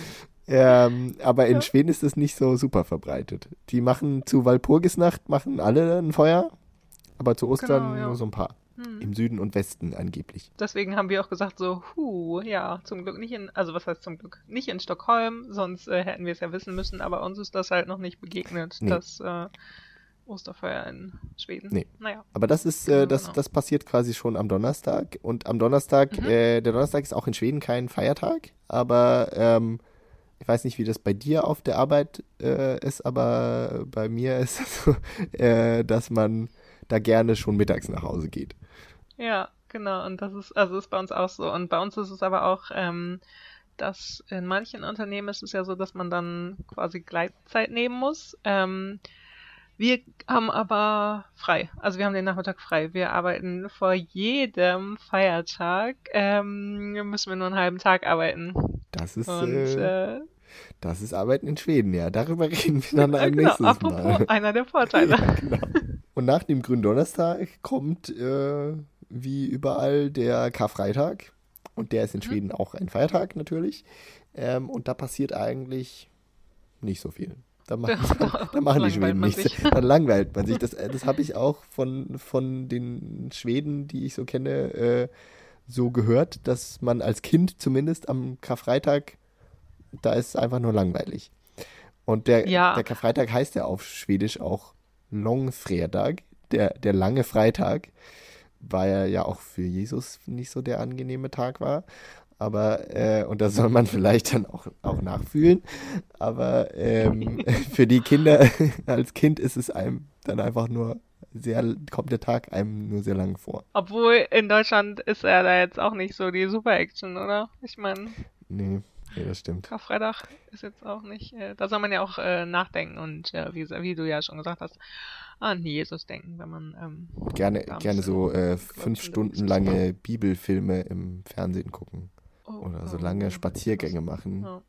Ähm, aber in ja, Schweden ist das nicht so super verbreitet. Die machen zu Walpurgisnacht machen alle ein Feuer, aber zu genau, Ostern nur ja. so ein paar. Hm. Im Süden und Westen angeblich. Deswegen haben wir auch gesagt so, huh, ja, zum Glück nicht in, also was heißt zum Glück? Nicht in Stockholm, sonst äh, hätten wir es ja wissen müssen, aber uns ist das halt noch nicht begegnet, Nee, das äh, Osterfeuer in Schweden. nee. Naja, Aber das ist, äh, genau, das, genau. das passiert quasi schon am Donnerstag. Und am Donnerstag, Mhm. äh, der Donnerstag ist auch in Schweden kein Feiertag, aber ähm, ich weiß nicht, wie das bei dir auf der Arbeit äh, ist, aber bei mir ist es so, äh, dass man da gerne schon mittags nach Hause geht. Ja, genau, und das ist, also ist bei uns auch so. Und bei uns ist es aber auch, ähm, dass in manchen Unternehmen ist es ja so, dass man dann quasi Gleitzeit nehmen muss. Ähm, Wir haben aber frei. Also wir haben den Nachmittag frei. Wir arbeiten vor jedem Feiertag, ähm, müssen wir nur einen halben Tag arbeiten. Das ist, Und äh, äh, das ist Arbeiten in Schweden, ja. Darüber reden wir dann äh, ein genau, nächstes apropos Mal. einer der Ja, Vorteile. genau. Und nach dem Gründonnerstag kommt, äh, wie überall, der Karfreitag. Und der ist in Mhm. Schweden auch ein Feiertag natürlich. Ähm, und da passiert eigentlich nicht so viel. Da Da, machen, dann, da da machen die langweilt Schweden man nichts. sich. Dann langweilt man sich. Das, äh, das habe ich auch von, von den Schweden, die ich so kenne, äh, so gehört, dass man als Kind zumindest am Karfreitag, da ist es einfach nur langweilig. Und der, Ja, der Karfreitag heißt ja auf Schwedisch auch Långfredag, der, der lange Freitag, weil er ja auch für Jesus nicht so der angenehme Tag war. Aber, äh, und das soll man vielleicht dann auch, auch nachfühlen. Aber ähm, für die Kinder, als Kind ist es einem dann einfach nur sehr, kommt der Tag einem nur sehr lang vor. obwohl in Deutschland ist er da jetzt auch nicht so die Super-Action, oder? Ich meine, Nee, nee, das stimmt. Karfreitag ist jetzt auch nicht, äh, da soll man ja auch äh, nachdenken und äh, wie, wie du ja schon gesagt hast, an Jesus denken, wenn man ähm, Gerne, da ein gerne so bisschen äh, gläubig fünf unterwegs Stunden ist. lange Bibelfilme im Fernsehen gucken. Oh, Oder so oh, lange das, Spaziergänge machen ja,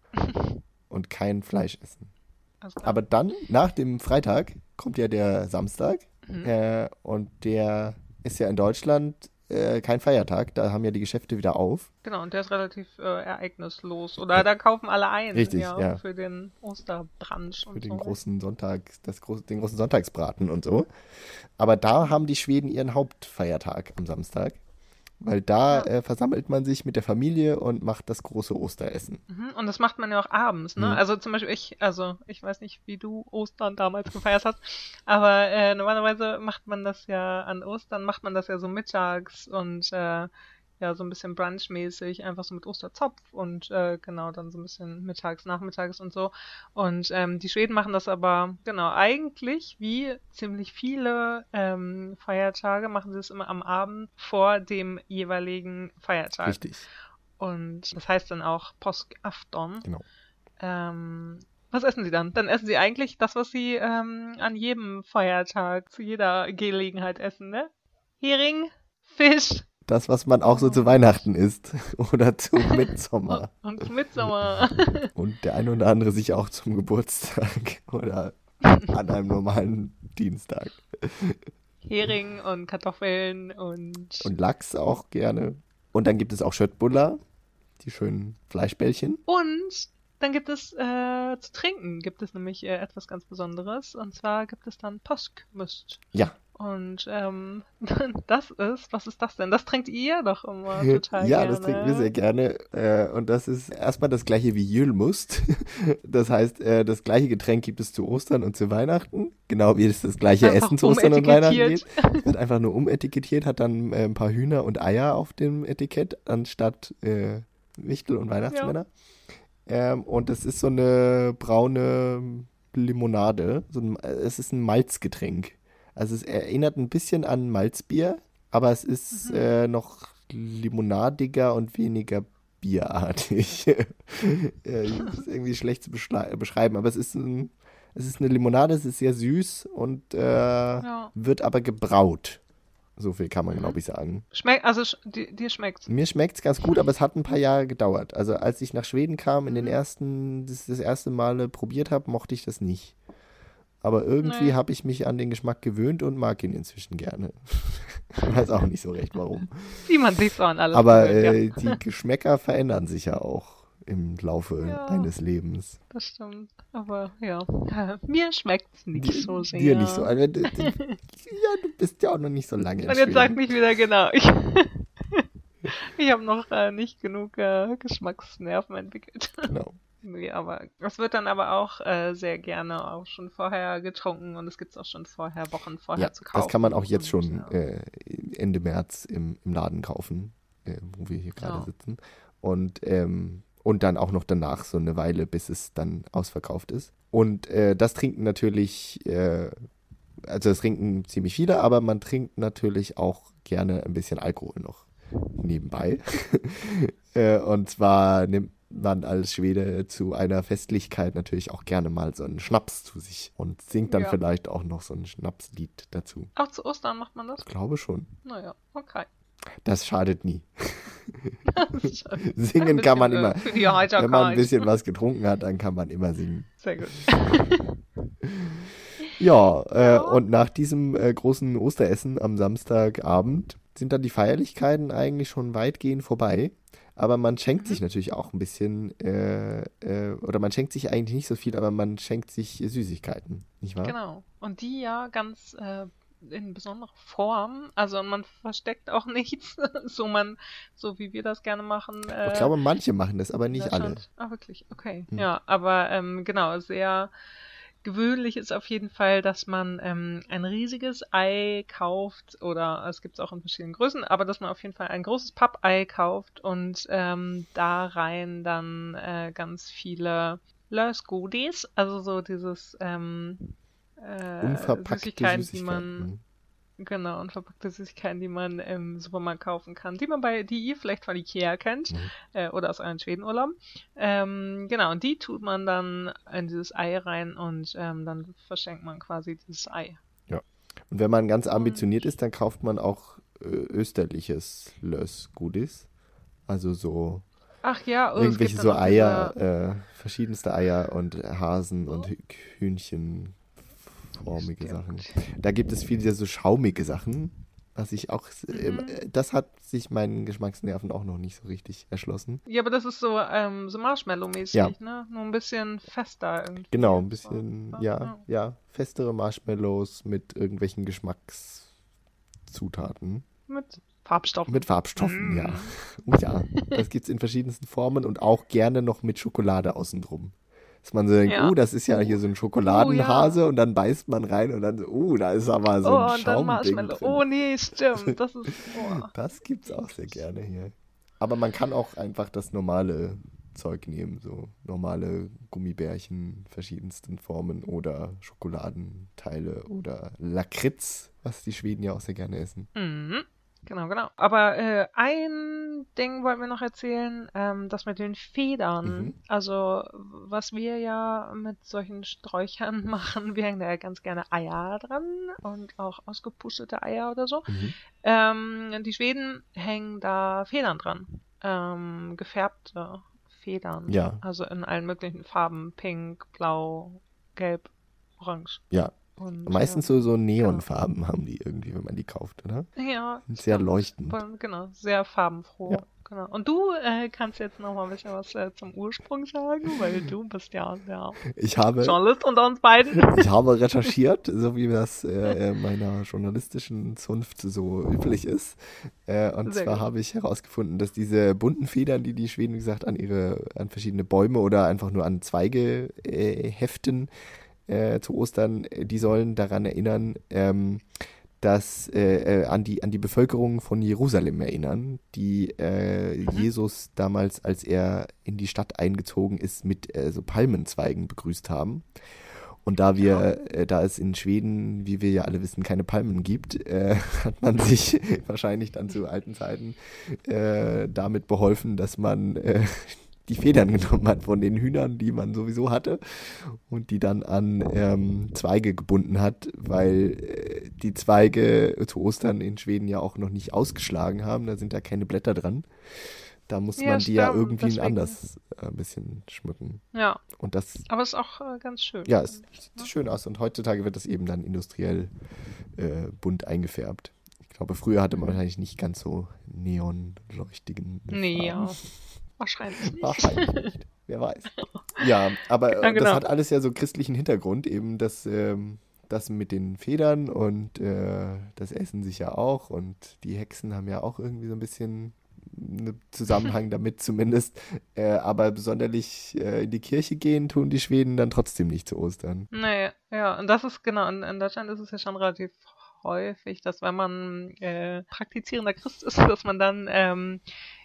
und kein Fleisch essen. alles klar. Aber dann, nach dem Freitag, kommt ja der Samstag. Mhm. Äh, und der ist ja in Deutschland äh, kein Feiertag. Da haben ja die Geschäfte wieder auf. Genau, und der ist relativ äh, ereignislos. Oder Ja, da kaufen alle ein, richtig, ja, ja. für den Osterbrunch Für und den so. großen Sonntag, das groß, den großen Sonntagsbraten und so. Aber da haben die Schweden ihren Hauptfeiertag am Samstag. Weil da Ja. äh, versammelt man sich mit der Familie und macht das große Osteressen. Mhm. Und das macht man ja auch abends, ne? Hm. Also zum Beispiel ich, also ich weiß nicht, wie du Ostern damals gefeiert hast, aber äh, normalerweise macht man das ja an Ostern, macht man das ja so mittags und äh, ja, so ein bisschen brunchmäßig, einfach so mit Osterzopf und äh, genau, dann so ein bisschen mittags, nachmittags und so. Und ähm, die Schweden machen das aber, genau, eigentlich wie ziemlich viele ähm, Feiertage machen sie es immer am Abend vor dem jeweiligen Feiertag. Richtig, Und das heißt dann auch Påskafton. genau. Ähm, was essen Sie dann? Dann essen Sie eigentlich das, was Sie ähm, an jedem Feiertag, zu jeder Gelegenheit essen, ne? Hering, Fisch Das, was man auch so zu und, Weihnachten isst oder zu Mittsommer. und zu Mitsommer. Und der eine oder andere sich auch zum Geburtstag oder an einem normalen Dienstag. Hering und Kartoffeln und Und Lachs auch gerne. Und dann gibt es auch Köttbullar, die schönen Fleischbällchen. und dann gibt es äh, zu trinken, gibt es nämlich äh, etwas ganz Besonderes. Und zwar gibt es dann Påskmust. Ja, Und ähm, das ist, was ist das denn? Das trinkt ihr doch immer total ja, gerne. das trinken wir sehr gerne. Äh, und das ist erstmal das gleiche wie Jülmust. Das heißt, äh, das gleiche Getränk gibt es zu Ostern und zu Weihnachten. Genau wie es das gleiche Einfach Essen zu Ostern und Weihnachten umetikettiert. geht. Es wird einfach nur umetikettiert, hat dann äh, ein paar Hühner und Eier auf dem Etikett, anstatt äh, Wichtel und Ja. Weihnachtsmänner. Ähm, und es ist so eine braune Limonade. So ein, äh, es ist ein Malzgetränk. Also es erinnert ein bisschen an Malzbier, aber es ist Mhm. äh, noch limonadiger und weniger bierartig. äh, ist irgendwie schlecht zu beschrei- beschreiben, aber es ist, ein, es ist eine Limonade, es ist sehr süß und äh, Ja. wird aber gebraut. So viel kann man, Mhm. glaube ich, sagen. Schmeckt, also sch di- dir schmeckt's. Mir schmeckt es ganz gut, aber es hat ein paar Jahre gedauert. Also als ich nach Schweden kam, in den Mhm. ersten, das, das erste Male probiert habe, mochte ich das nicht. Aber irgendwie Nee. habe ich mich an den Geschmack gewöhnt und mag ihn inzwischen gerne. Ich weiß auch nicht so recht, warum. Wie man sich so an alles Aber gewöhnt, äh, die Geschmäcker verändern sich ja auch im Laufe ja. eines Lebens. Das stimmt. Aber ja, mir schmeckt's nicht Dir- so sehr. Dir nicht so. Also, du- du- ja, du bist ja auch noch nicht so lange in Und jetzt sag Schweden. nicht wieder genau. Ich, ich habe noch äh, nicht genug äh, Geschmacksnerven entwickelt. Genau. Nee, aber es wird dann aber auch äh, sehr gerne auch schon vorher getrunken und es gibt's auch schon vorher, Wochen vorher Ja, zu kaufen. das kann man auch jetzt Und, schon ja. äh, Ende März im, im Laden kaufen, äh, wo wir hier gerade Ja. sitzen. Und, ähm, und dann auch noch danach so eine Weile, bis es dann ausverkauft ist. Und äh, das trinken natürlich, äh, also das trinken ziemlich viele, aber man trinkt natürlich auch gerne ein bisschen Alkohol noch nebenbei. äh, und zwar nimmt man als Schwede zu einer Festlichkeit natürlich auch gerne mal so einen Schnaps zu sich und singt dann Ja. vielleicht auch noch so ein Schnapslied dazu. Auch zu Ostern macht man das? Ich glaube schon. Naja, okay. Das schadet nie. Das ist schon Singen ein kann man bisschen, immer. äh, für die Heiterkeit. Wenn man ein bisschen was getrunken hat, dann kann man immer singen. Sehr gut. Ja, äh, Ja. und nach diesem äh, großen Osteressen am Samstagabend sind dann die Feierlichkeiten eigentlich schon weitgehend vorbei. Aber man schenkt Mhm. sich natürlich auch ein bisschen, äh, äh, oder man schenkt sich eigentlich nicht so viel, aber man schenkt sich Süßigkeiten, nicht wahr? Genau. Und die ja ganz äh, in besonderer Form. Also man versteckt auch nichts, so man, so wie wir das gerne machen. Äh, Ich glaube, manche machen das, aber in nicht alle. Deutschland. Ah, wirklich? Okay. Hm. Ja, aber ähm, genau, sehr gewöhnlich ist auf jeden Fall, dass man ähm, ein riesiges Ei kauft oder es gibt es auch in verschiedenen Größen, aber dass man auf jeden Fall ein großes Pappei kauft und ähm, da rein dann äh, ganz viele Lösgodis, also so dieses ähm, äh, Unverpackte Süßigkeiten, die Süßigkeiten. man genau, unverpackte Süßigkeiten, die man im Supermarkt kaufen kann, die man bei, die ihr vielleicht von Ikea kennt, Mhm. äh, oder aus euren Schwedenurlauben. Ähm, genau, und die tut man dann in dieses Ei rein und ähm, dann verschenkt man quasi dieses Ei. Und wenn man ganz ambitioniert Und- ist, dann kauft man auch äh, österliches Lösgodis. Also so Ach ja, oh, es irgendwelche gibt so dann auch Eier, diese- äh, verschiedenste Eier und Hasen und Hü- Hühnchenformige Stimmt. Sachen. Da gibt es viele so schaumige Sachen, was ich auch, äh, Mhm. das hat sich meinen Geschmacksnerven auch noch nicht so richtig erschlossen. Ja, aber das ist so, ähm, so Marshmallow-mäßig, Ja. ne? Nur ein bisschen fester irgendwie. Genau, ein So. bisschen, Ja, ja, ja. ja, festere Marshmallows mit irgendwelchen Geschmackszutaten. Mit Farbstoffen. Mit Farbstoffen, Mm. ja. Oh ja, das gibt's in verschiedensten Formen und auch gerne noch mit Schokolade außenrum. Dass man so denkt, Ja. oh, das ist ja hier so ein Schokoladenhase und dann beißt man rein und dann so, oh, da ist aber so Oh, ein und dann Schaumding Marshmallow. drin. Oh nee, stimmt. Das ist. Oh. Das gibt's auch sehr gerne hier. Aber man kann auch einfach das normale Zeug nehmen, so normale Gummibärchen verschiedensten Formen oder Schokoladenteile oder Lakritz, was die Schweden ja auch sehr gerne essen. Mhm. Genau, genau. Aber äh, ein Ding wollten wir noch erzählen, ähm, das mit den Federn. Mhm. Also, was wir ja mit solchen Sträuchern machen, wir hängen da ja ganz gerne Eier dran und auch ausgepustete Eier oder so. Mhm. Ähm, die Schweden hängen da Federn dran. Ähm, gefärbte Federn. Ja. Also in allen möglichen Farben. Pink, blau, gelb, orange. Ja, Und, meistens so, so Neonfarben haben die irgendwie, wenn man die kauft, oder? äh, ja, Sind sehr stimmt. leuchtend. Voll- Genau, sehr farbenfroh. Ja. Genau. Und du äh, kannst jetzt noch mal ein bisschen was äh, zum Ursprung sagen, weil du bist ja der Ich habe, Journalist unter uns beiden. ich habe recherchiert, so wie das äh, in meiner journalistischen Zunft so üblich ist. Äh, und Sehr zwar gut. habe ich herausgefunden, dass diese bunten Federn, die die Schweden, wie gesagt, an ihre, an verschiedene Bäume oder einfach nur an Zweige äh, heften äh, zu Ostern, äh, die sollen daran erinnern, ähm, dass äh, äh, an die an die Bevölkerung von Jerusalem erinnern, die äh, Mhm. Jesus damals, als er in die Stadt eingezogen ist, mit äh, so Palmenzweigen begrüßt haben. Und da wir, äh, da es in Schweden, wie wir ja alle wissen, keine Palmen gibt, äh, hat man sich wahrscheinlich dann zu alten Zeiten äh, damit beholfen, dass man äh, die Federn genommen hat von den Hühnern, die man sowieso hatte und die dann an ähm, Zweige gebunden hat, weil äh, die Zweige zu Ostern in Schweden ja auch noch nicht ausgeschlagen haben, da sind ja keine Blätter dran. Da muss Ja, man die ja stimmt. irgendwie Deswegen. anders äh, ein bisschen schmücken. Ja, Und das, aber ist auch äh, ganz schön, ja, es finde ich. sieht Ne? schön aus. Und heutzutage wird das eben dann industriell äh, bunt eingefärbt. Ich glaube, früher hatte man Mhm. wahrscheinlich nicht ganz so neonleuchtigen Nee, Farben. ja. Wahrscheinlich nicht. Wahrscheinlich nicht. Wer weiß. Ja, aber Ja, äh, das genau. hat alles ja so christlichen Hintergrund, eben das, ähm, das mit den Federn und äh, das Essen sich ja auch und die Hexen haben ja auch irgendwie so ein bisschen einen Zusammenhang damit zumindest. Äh, aber besonderlich äh, in die Kirche gehen tun die Schweden dann trotzdem nicht zu Ostern. Nee, ja, und das ist genau, in, in Deutschland ist es ja schon relativ häufig, dass wenn man äh, praktizierender Christ ist, dass man dann ähm,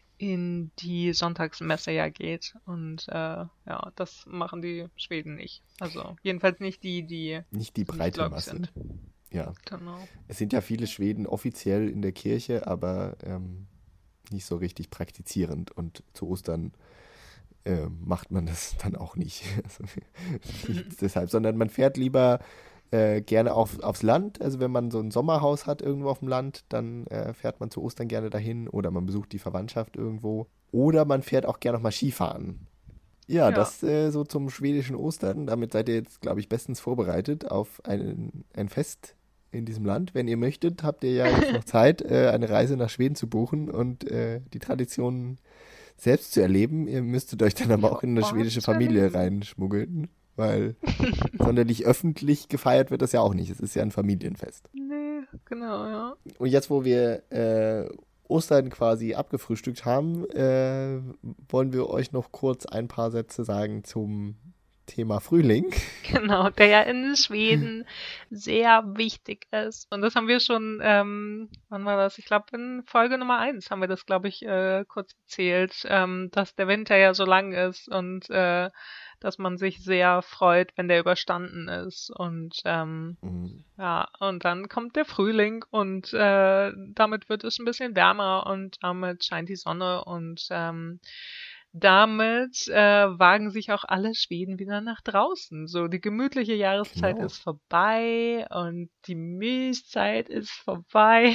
in die Sonntagsmesse ja geht. Und äh, ja, das machen die Schweden nicht. Also jedenfalls nicht die, die Nicht die nicht breite gläubig Masse. sind. Ja, Genau. es sind ja viele Schweden offiziell in der Kirche, aber ähm, nicht so richtig praktizierend. Und zu Ostern äh, macht man das dann auch nicht. Also, nicht deshalb, sondern man fährt lieber äh, gerne auf, aufs Land. Also wenn man so ein Sommerhaus hat irgendwo auf dem Land, dann äh, fährt man zu Ostern gerne dahin oder man besucht die Verwandtschaft irgendwo. Oder man fährt auch gerne noch mal Skifahren. Ja, Ja. das äh, so zum schwedischen Ostern. Damit seid ihr jetzt, glaube ich, bestens vorbereitet auf ein, ein Fest in diesem Land. Wenn ihr möchtet, habt ihr ja jetzt noch Zeit, äh, eine Reise nach Schweden zu buchen und äh, die Traditionen selbst zu erleben. Ihr müsstet euch dann aber auch in eine Vor Ort schwedische zu Familie erleben. reinschmuggeln, weil sonderlich öffentlich gefeiert wird das ja auch nicht. Es ist ja ein Familienfest. Nee, genau, ja. Und jetzt, wo wir äh, Ostern quasi abgefrühstückt haben, äh, wollen wir euch noch kurz ein paar Sätze sagen zum Thema Frühling. Genau, der ja in Schweden sehr wichtig ist. Und das haben wir schon, ähm, wann war das? Ich glaube, in Folge Nummer eins haben wir das, glaube ich, äh, kurz erzählt, ähm, dass der Winter ja so lang ist und äh, dass man sich sehr freut, wenn der überstanden ist. Und ähm, Mhm. ja, und dann kommt der Frühling und äh, damit wird es ein bisschen wärmer und damit scheint die Sonne und ähm, damit äh, wagen sich auch alle Schweden wieder nach draußen. So, die gemütliche Jahreszeit Genau. ist vorbei und die Milchzeit ist vorbei.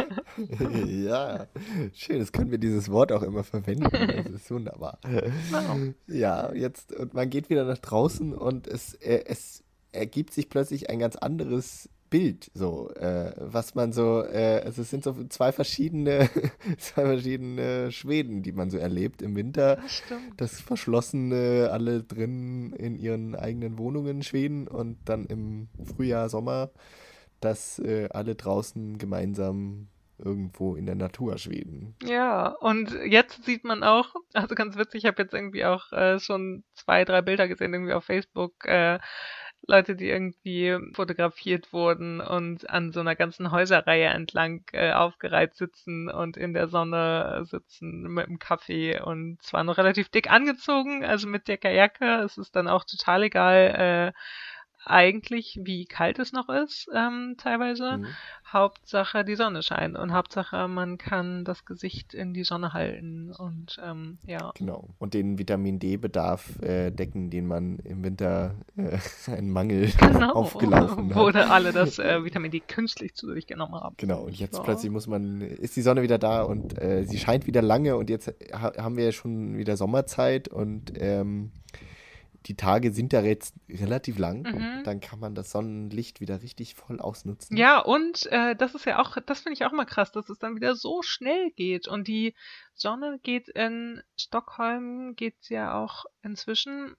Ja, schön, das können wir dieses Wort auch immer verwenden. Das ist wunderbar. Genau. Ja, jetzt, und man geht wieder nach draußen und es, äh, es ergibt sich plötzlich ein ganz anderes Bild, so, äh, was man so, äh, also es sind so zwei verschiedene, zwei verschiedene Schweden, die man so erlebt im Winter. Das stimmt. Das Verschlossene, alle drin in ihren eigenen Wohnungen Schweden und dann im Frühjahr, Sommer, dass äh, alle draußen gemeinsam irgendwo in der Natur schweden. Ja, und jetzt sieht man auch, also ganz witzig, ich habe jetzt irgendwie auch äh, schon zwei, drei Bilder gesehen, irgendwie auf Facebook, äh, Leute, die irgendwie fotografiert wurden und an so einer ganzen Häuserreihe entlang äh, aufgereiht sitzen und in der Sonne sitzen mit dem Kaffee und zwar noch relativ dick angezogen, also mit dicker Jacke. Es ist dann auch total egal, äh, eigentlich, wie kalt es noch ist, ähm, teilweise. Mhm. Hauptsache, die Sonne scheint und Hauptsache, man kann das Gesicht in die Sonne halten und ähm, ja. Genau. Und den Vitamin D-Bedarf äh, decken, den man im Winter äh, einen Mangel Genau, aufgelaufen wo hat. da alle das äh, Vitamin D künstlich zu sich genommen haben. Genau, und jetzt Ja. plötzlich muss man, ist die Sonne wieder da und äh, sie scheint wieder lange und jetzt ha haben wir ja schon wieder Sommerzeit und ähm, die Tage sind ja jetzt relativ lang. Mhm. Dann kann man das Sonnenlicht wieder richtig voll ausnutzen. Ja, und äh, das ist ja auch, das finde ich auch mal krass, dass es dann wieder so schnell geht. Und die Sonne geht in Stockholm, geht ja auch inzwischen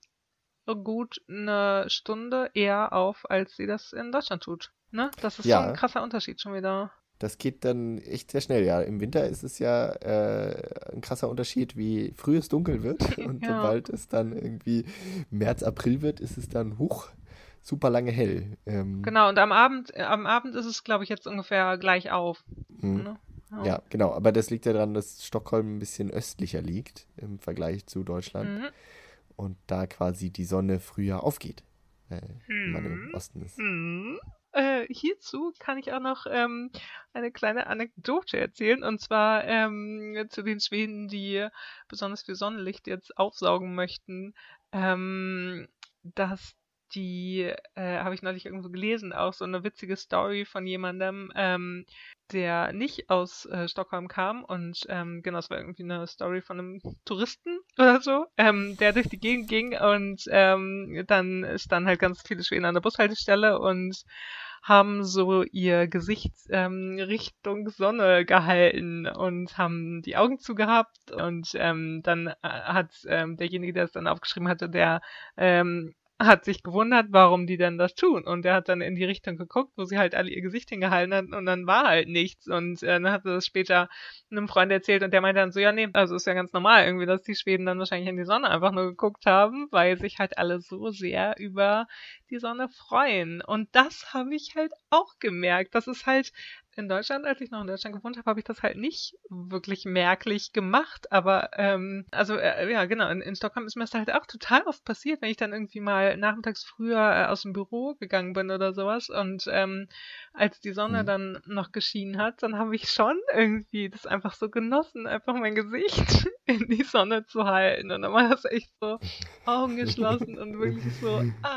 gut eine Stunde eher auf, als sie das in Deutschland tut. Ne? Das ist so ein Ja, krasser Unterschied schon wieder. das geht dann echt sehr schnell, ja. Im Winter ist es ja äh, ein krasser Unterschied, wie früh es dunkel wird. Und Ja, sobald es dann irgendwie März, April wird, ist es dann huch, super lange hell. Ähm, genau. Und am Abend, äh, am Abend ist es, glaube ich, jetzt ungefähr gleich auf. hm. Ne? Ja. Ja, genau. Aber das liegt ja daran, dass Stockholm ein bisschen östlicher liegt im Vergleich zu Deutschland. Mhm. Und da quasi die Sonne früher aufgeht, äh, wenn man im Hm. Osten ist. Hm. Äh, hierzu kann ich auch noch ähm, eine kleine Anekdote erzählen, und zwar ähm, zu den Schweden, die besonders viel Sonnenlicht jetzt aufsaugen möchten, ähm, dass die, äh, habe ich neulich irgendwo gelesen, auch so eine witzige Story von jemandem, ähm, der nicht aus äh, Stockholm kam und ähm, genau, es war irgendwie eine Story von einem Touristen oder so, ähm, der durch die Gegend ging und ähm, dann standen halt ganz viele Schweden an der Bushaltestelle und haben so ihr Gesicht ähm, Richtung Sonne gehalten und haben die Augen zugehabt und ähm, dann äh, hat ähm, derjenige, der es dann aufgeschrieben hatte, der ähm, hat sich gewundert, warum die denn das tun. Und er hat dann in die Richtung geguckt, wo sie halt alle ihr Gesicht hingehalten hatten und dann war halt nichts. Und äh, dann hat er das später einem Freund erzählt und der meinte dann so, ja nee, also ist ja ganz normal irgendwie, dass die Schweden dann wahrscheinlich in die Sonne einfach nur geguckt haben, weil sich halt alle so sehr über die Sonne freuen. Und das habe ich halt auch gemerkt. Das ist halt in Deutschland, als ich noch in Deutschland gewohnt habe, habe ich das halt nicht wirklich merklich gemacht. Aber, ähm, also, äh, ja, genau, in, in Stockholm ist mir das halt auch total oft passiert, wenn ich dann irgendwie mal nachmittags früher äh, aus dem Büro gegangen bin oder sowas. Und ähm, als die Sonne Hm. dann noch geschienen hat, dann habe ich schon irgendwie das einfach so genossen, einfach mein Gesicht in die Sonne zu halten. Und dann war das echt so Augen geschlossen und wirklich so,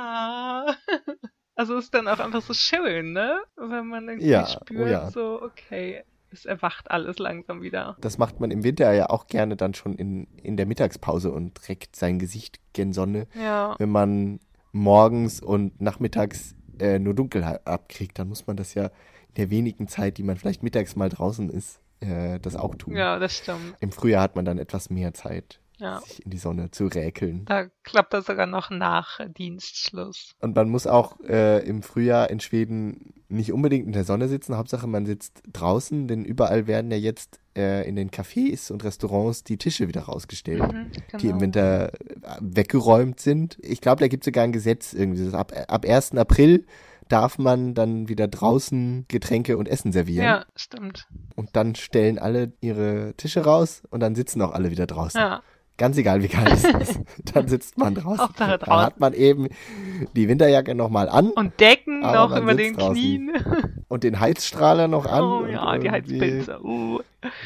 ah. Also ist dann auch einfach so schön, ne? Wenn man irgendwie Ja, spürt, oh ja. so, okay, es erwacht alles langsam wieder. Das macht man im Winter ja auch gerne dann schon in, in der Mittagspause und reckt sein Gesicht gen Sonne. Ja. Wenn man morgens und nachmittags äh, nur Dunkelheit abkriegt, dann muss man das ja in der wenigen Zeit, die man vielleicht mittags mal draußen ist, äh, das auch tun. Ja, das stimmt. Im Frühjahr hat man dann etwas mehr Zeit, Ja. sich in die Sonne zu räkeln. Da klappt das sogar noch nach Dienstschluss. Und man muss auch äh, im Frühjahr in Schweden nicht unbedingt in der Sonne sitzen. Hauptsache, man sitzt draußen, denn überall werden ja jetzt äh, in den Cafés und Restaurants die Tische wieder rausgestellt, Mhm, genau. die im Winter äh, weggeräumt sind. Ich glaube, da gibt es sogar ein Gesetz irgendwie. Das ab, ab ersten April darf man dann wieder draußen Getränke und Essen servieren. Ja, stimmt. Und dann stellen alle ihre Tische raus und dann sitzen auch alle wieder draußen. Ja. Ganz egal, wie kalt es ist. Dann sitzt man draußen. Hauptsache Dann hat man eben die Winterjacke nochmal an Und Decken Aber noch man über sitzt den draußen. Knien. und den Heizstrahler noch an. Oh und ja, die irgendwie- Heizpilze. Uh.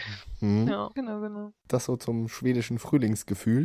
Hm. Ja, genau, genau. Das so zum schwedischen Frühlingsgefühl.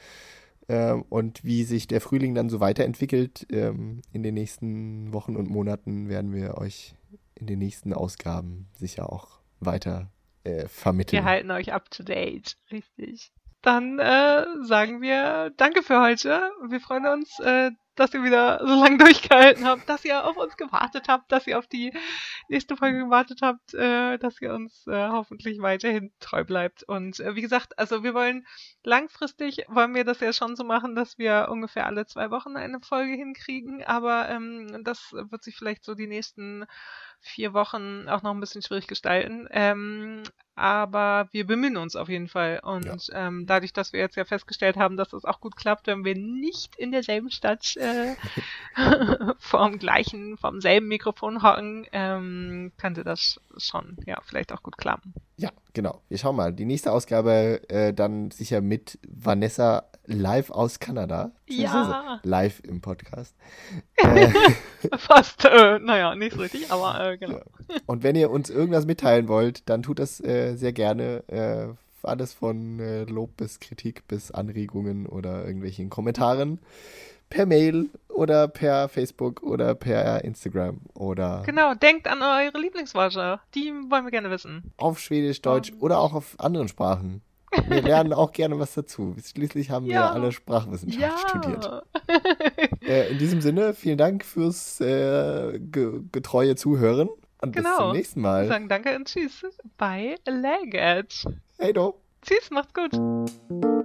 Ähm, und wie sich der Frühling dann so weiterentwickelt, ähm, in den nächsten Wochen und Monaten werden wir euch in den nächsten Ausgaben sicher auch weiter äh, vermitteln. Wir halten euch up to date. Richtig. Dann äh, sagen wir Danke für heute. Wir freuen uns, äh, dass ihr wieder so lange durchgehalten habt, dass ihr auf uns gewartet habt, dass ihr auf die nächste Folge gewartet habt, äh, dass ihr uns äh, hoffentlich weiterhin treu bleibt. Und äh, wie gesagt, also wir wollen langfristig, wollen wir das ja schon so machen, dass wir ungefähr alle zwei Wochen eine Folge hinkriegen, aber ähm, das wird sich vielleicht so die nächsten vier Wochen auch noch ein bisschen schwierig gestalten. Ähm, aber wir bemühen uns auf jeden Fall. Und ähm, dadurch, dass wir jetzt ja festgestellt haben, dass das auch gut klappt, wenn wir nicht in derselben Stadt äh, vorm gleichen, vom selben Mikrofon hocken, ähm, könnte das schon, ja, vielleicht auch gut klappen. Ja, genau. Wir schauen mal. Die nächste Ausgabe äh, dann sicher mit Vanessa live aus Kanada. Ja. Live im Podcast. Äh, Fast, äh, naja, nicht so richtig, aber äh, genau. und wenn ihr uns irgendwas mitteilen wollt, dann tut das äh, sehr gerne. Äh, alles von äh, Lob bis Kritik bis Anregungen oder irgendwelchen Kommentaren. Per Mail oder per Facebook oder per Instagram oder Genau, denkt an eure Lieblingswörter. Die wollen wir gerne wissen. auf Schwedisch, Deutsch oder auch auf anderen Sprachen. Wir lernen auch gerne was dazu. Schließlich haben wir Ja. alle Sprachwissenschaft studiert. Ja. Äh, in diesem Sinne, vielen Dank fürs äh, ge getreue Zuhören und bis Genau. zum nächsten Wir Mal. sagen danke und tschüss bei Legit. Hey do! Tschüss, macht's gut.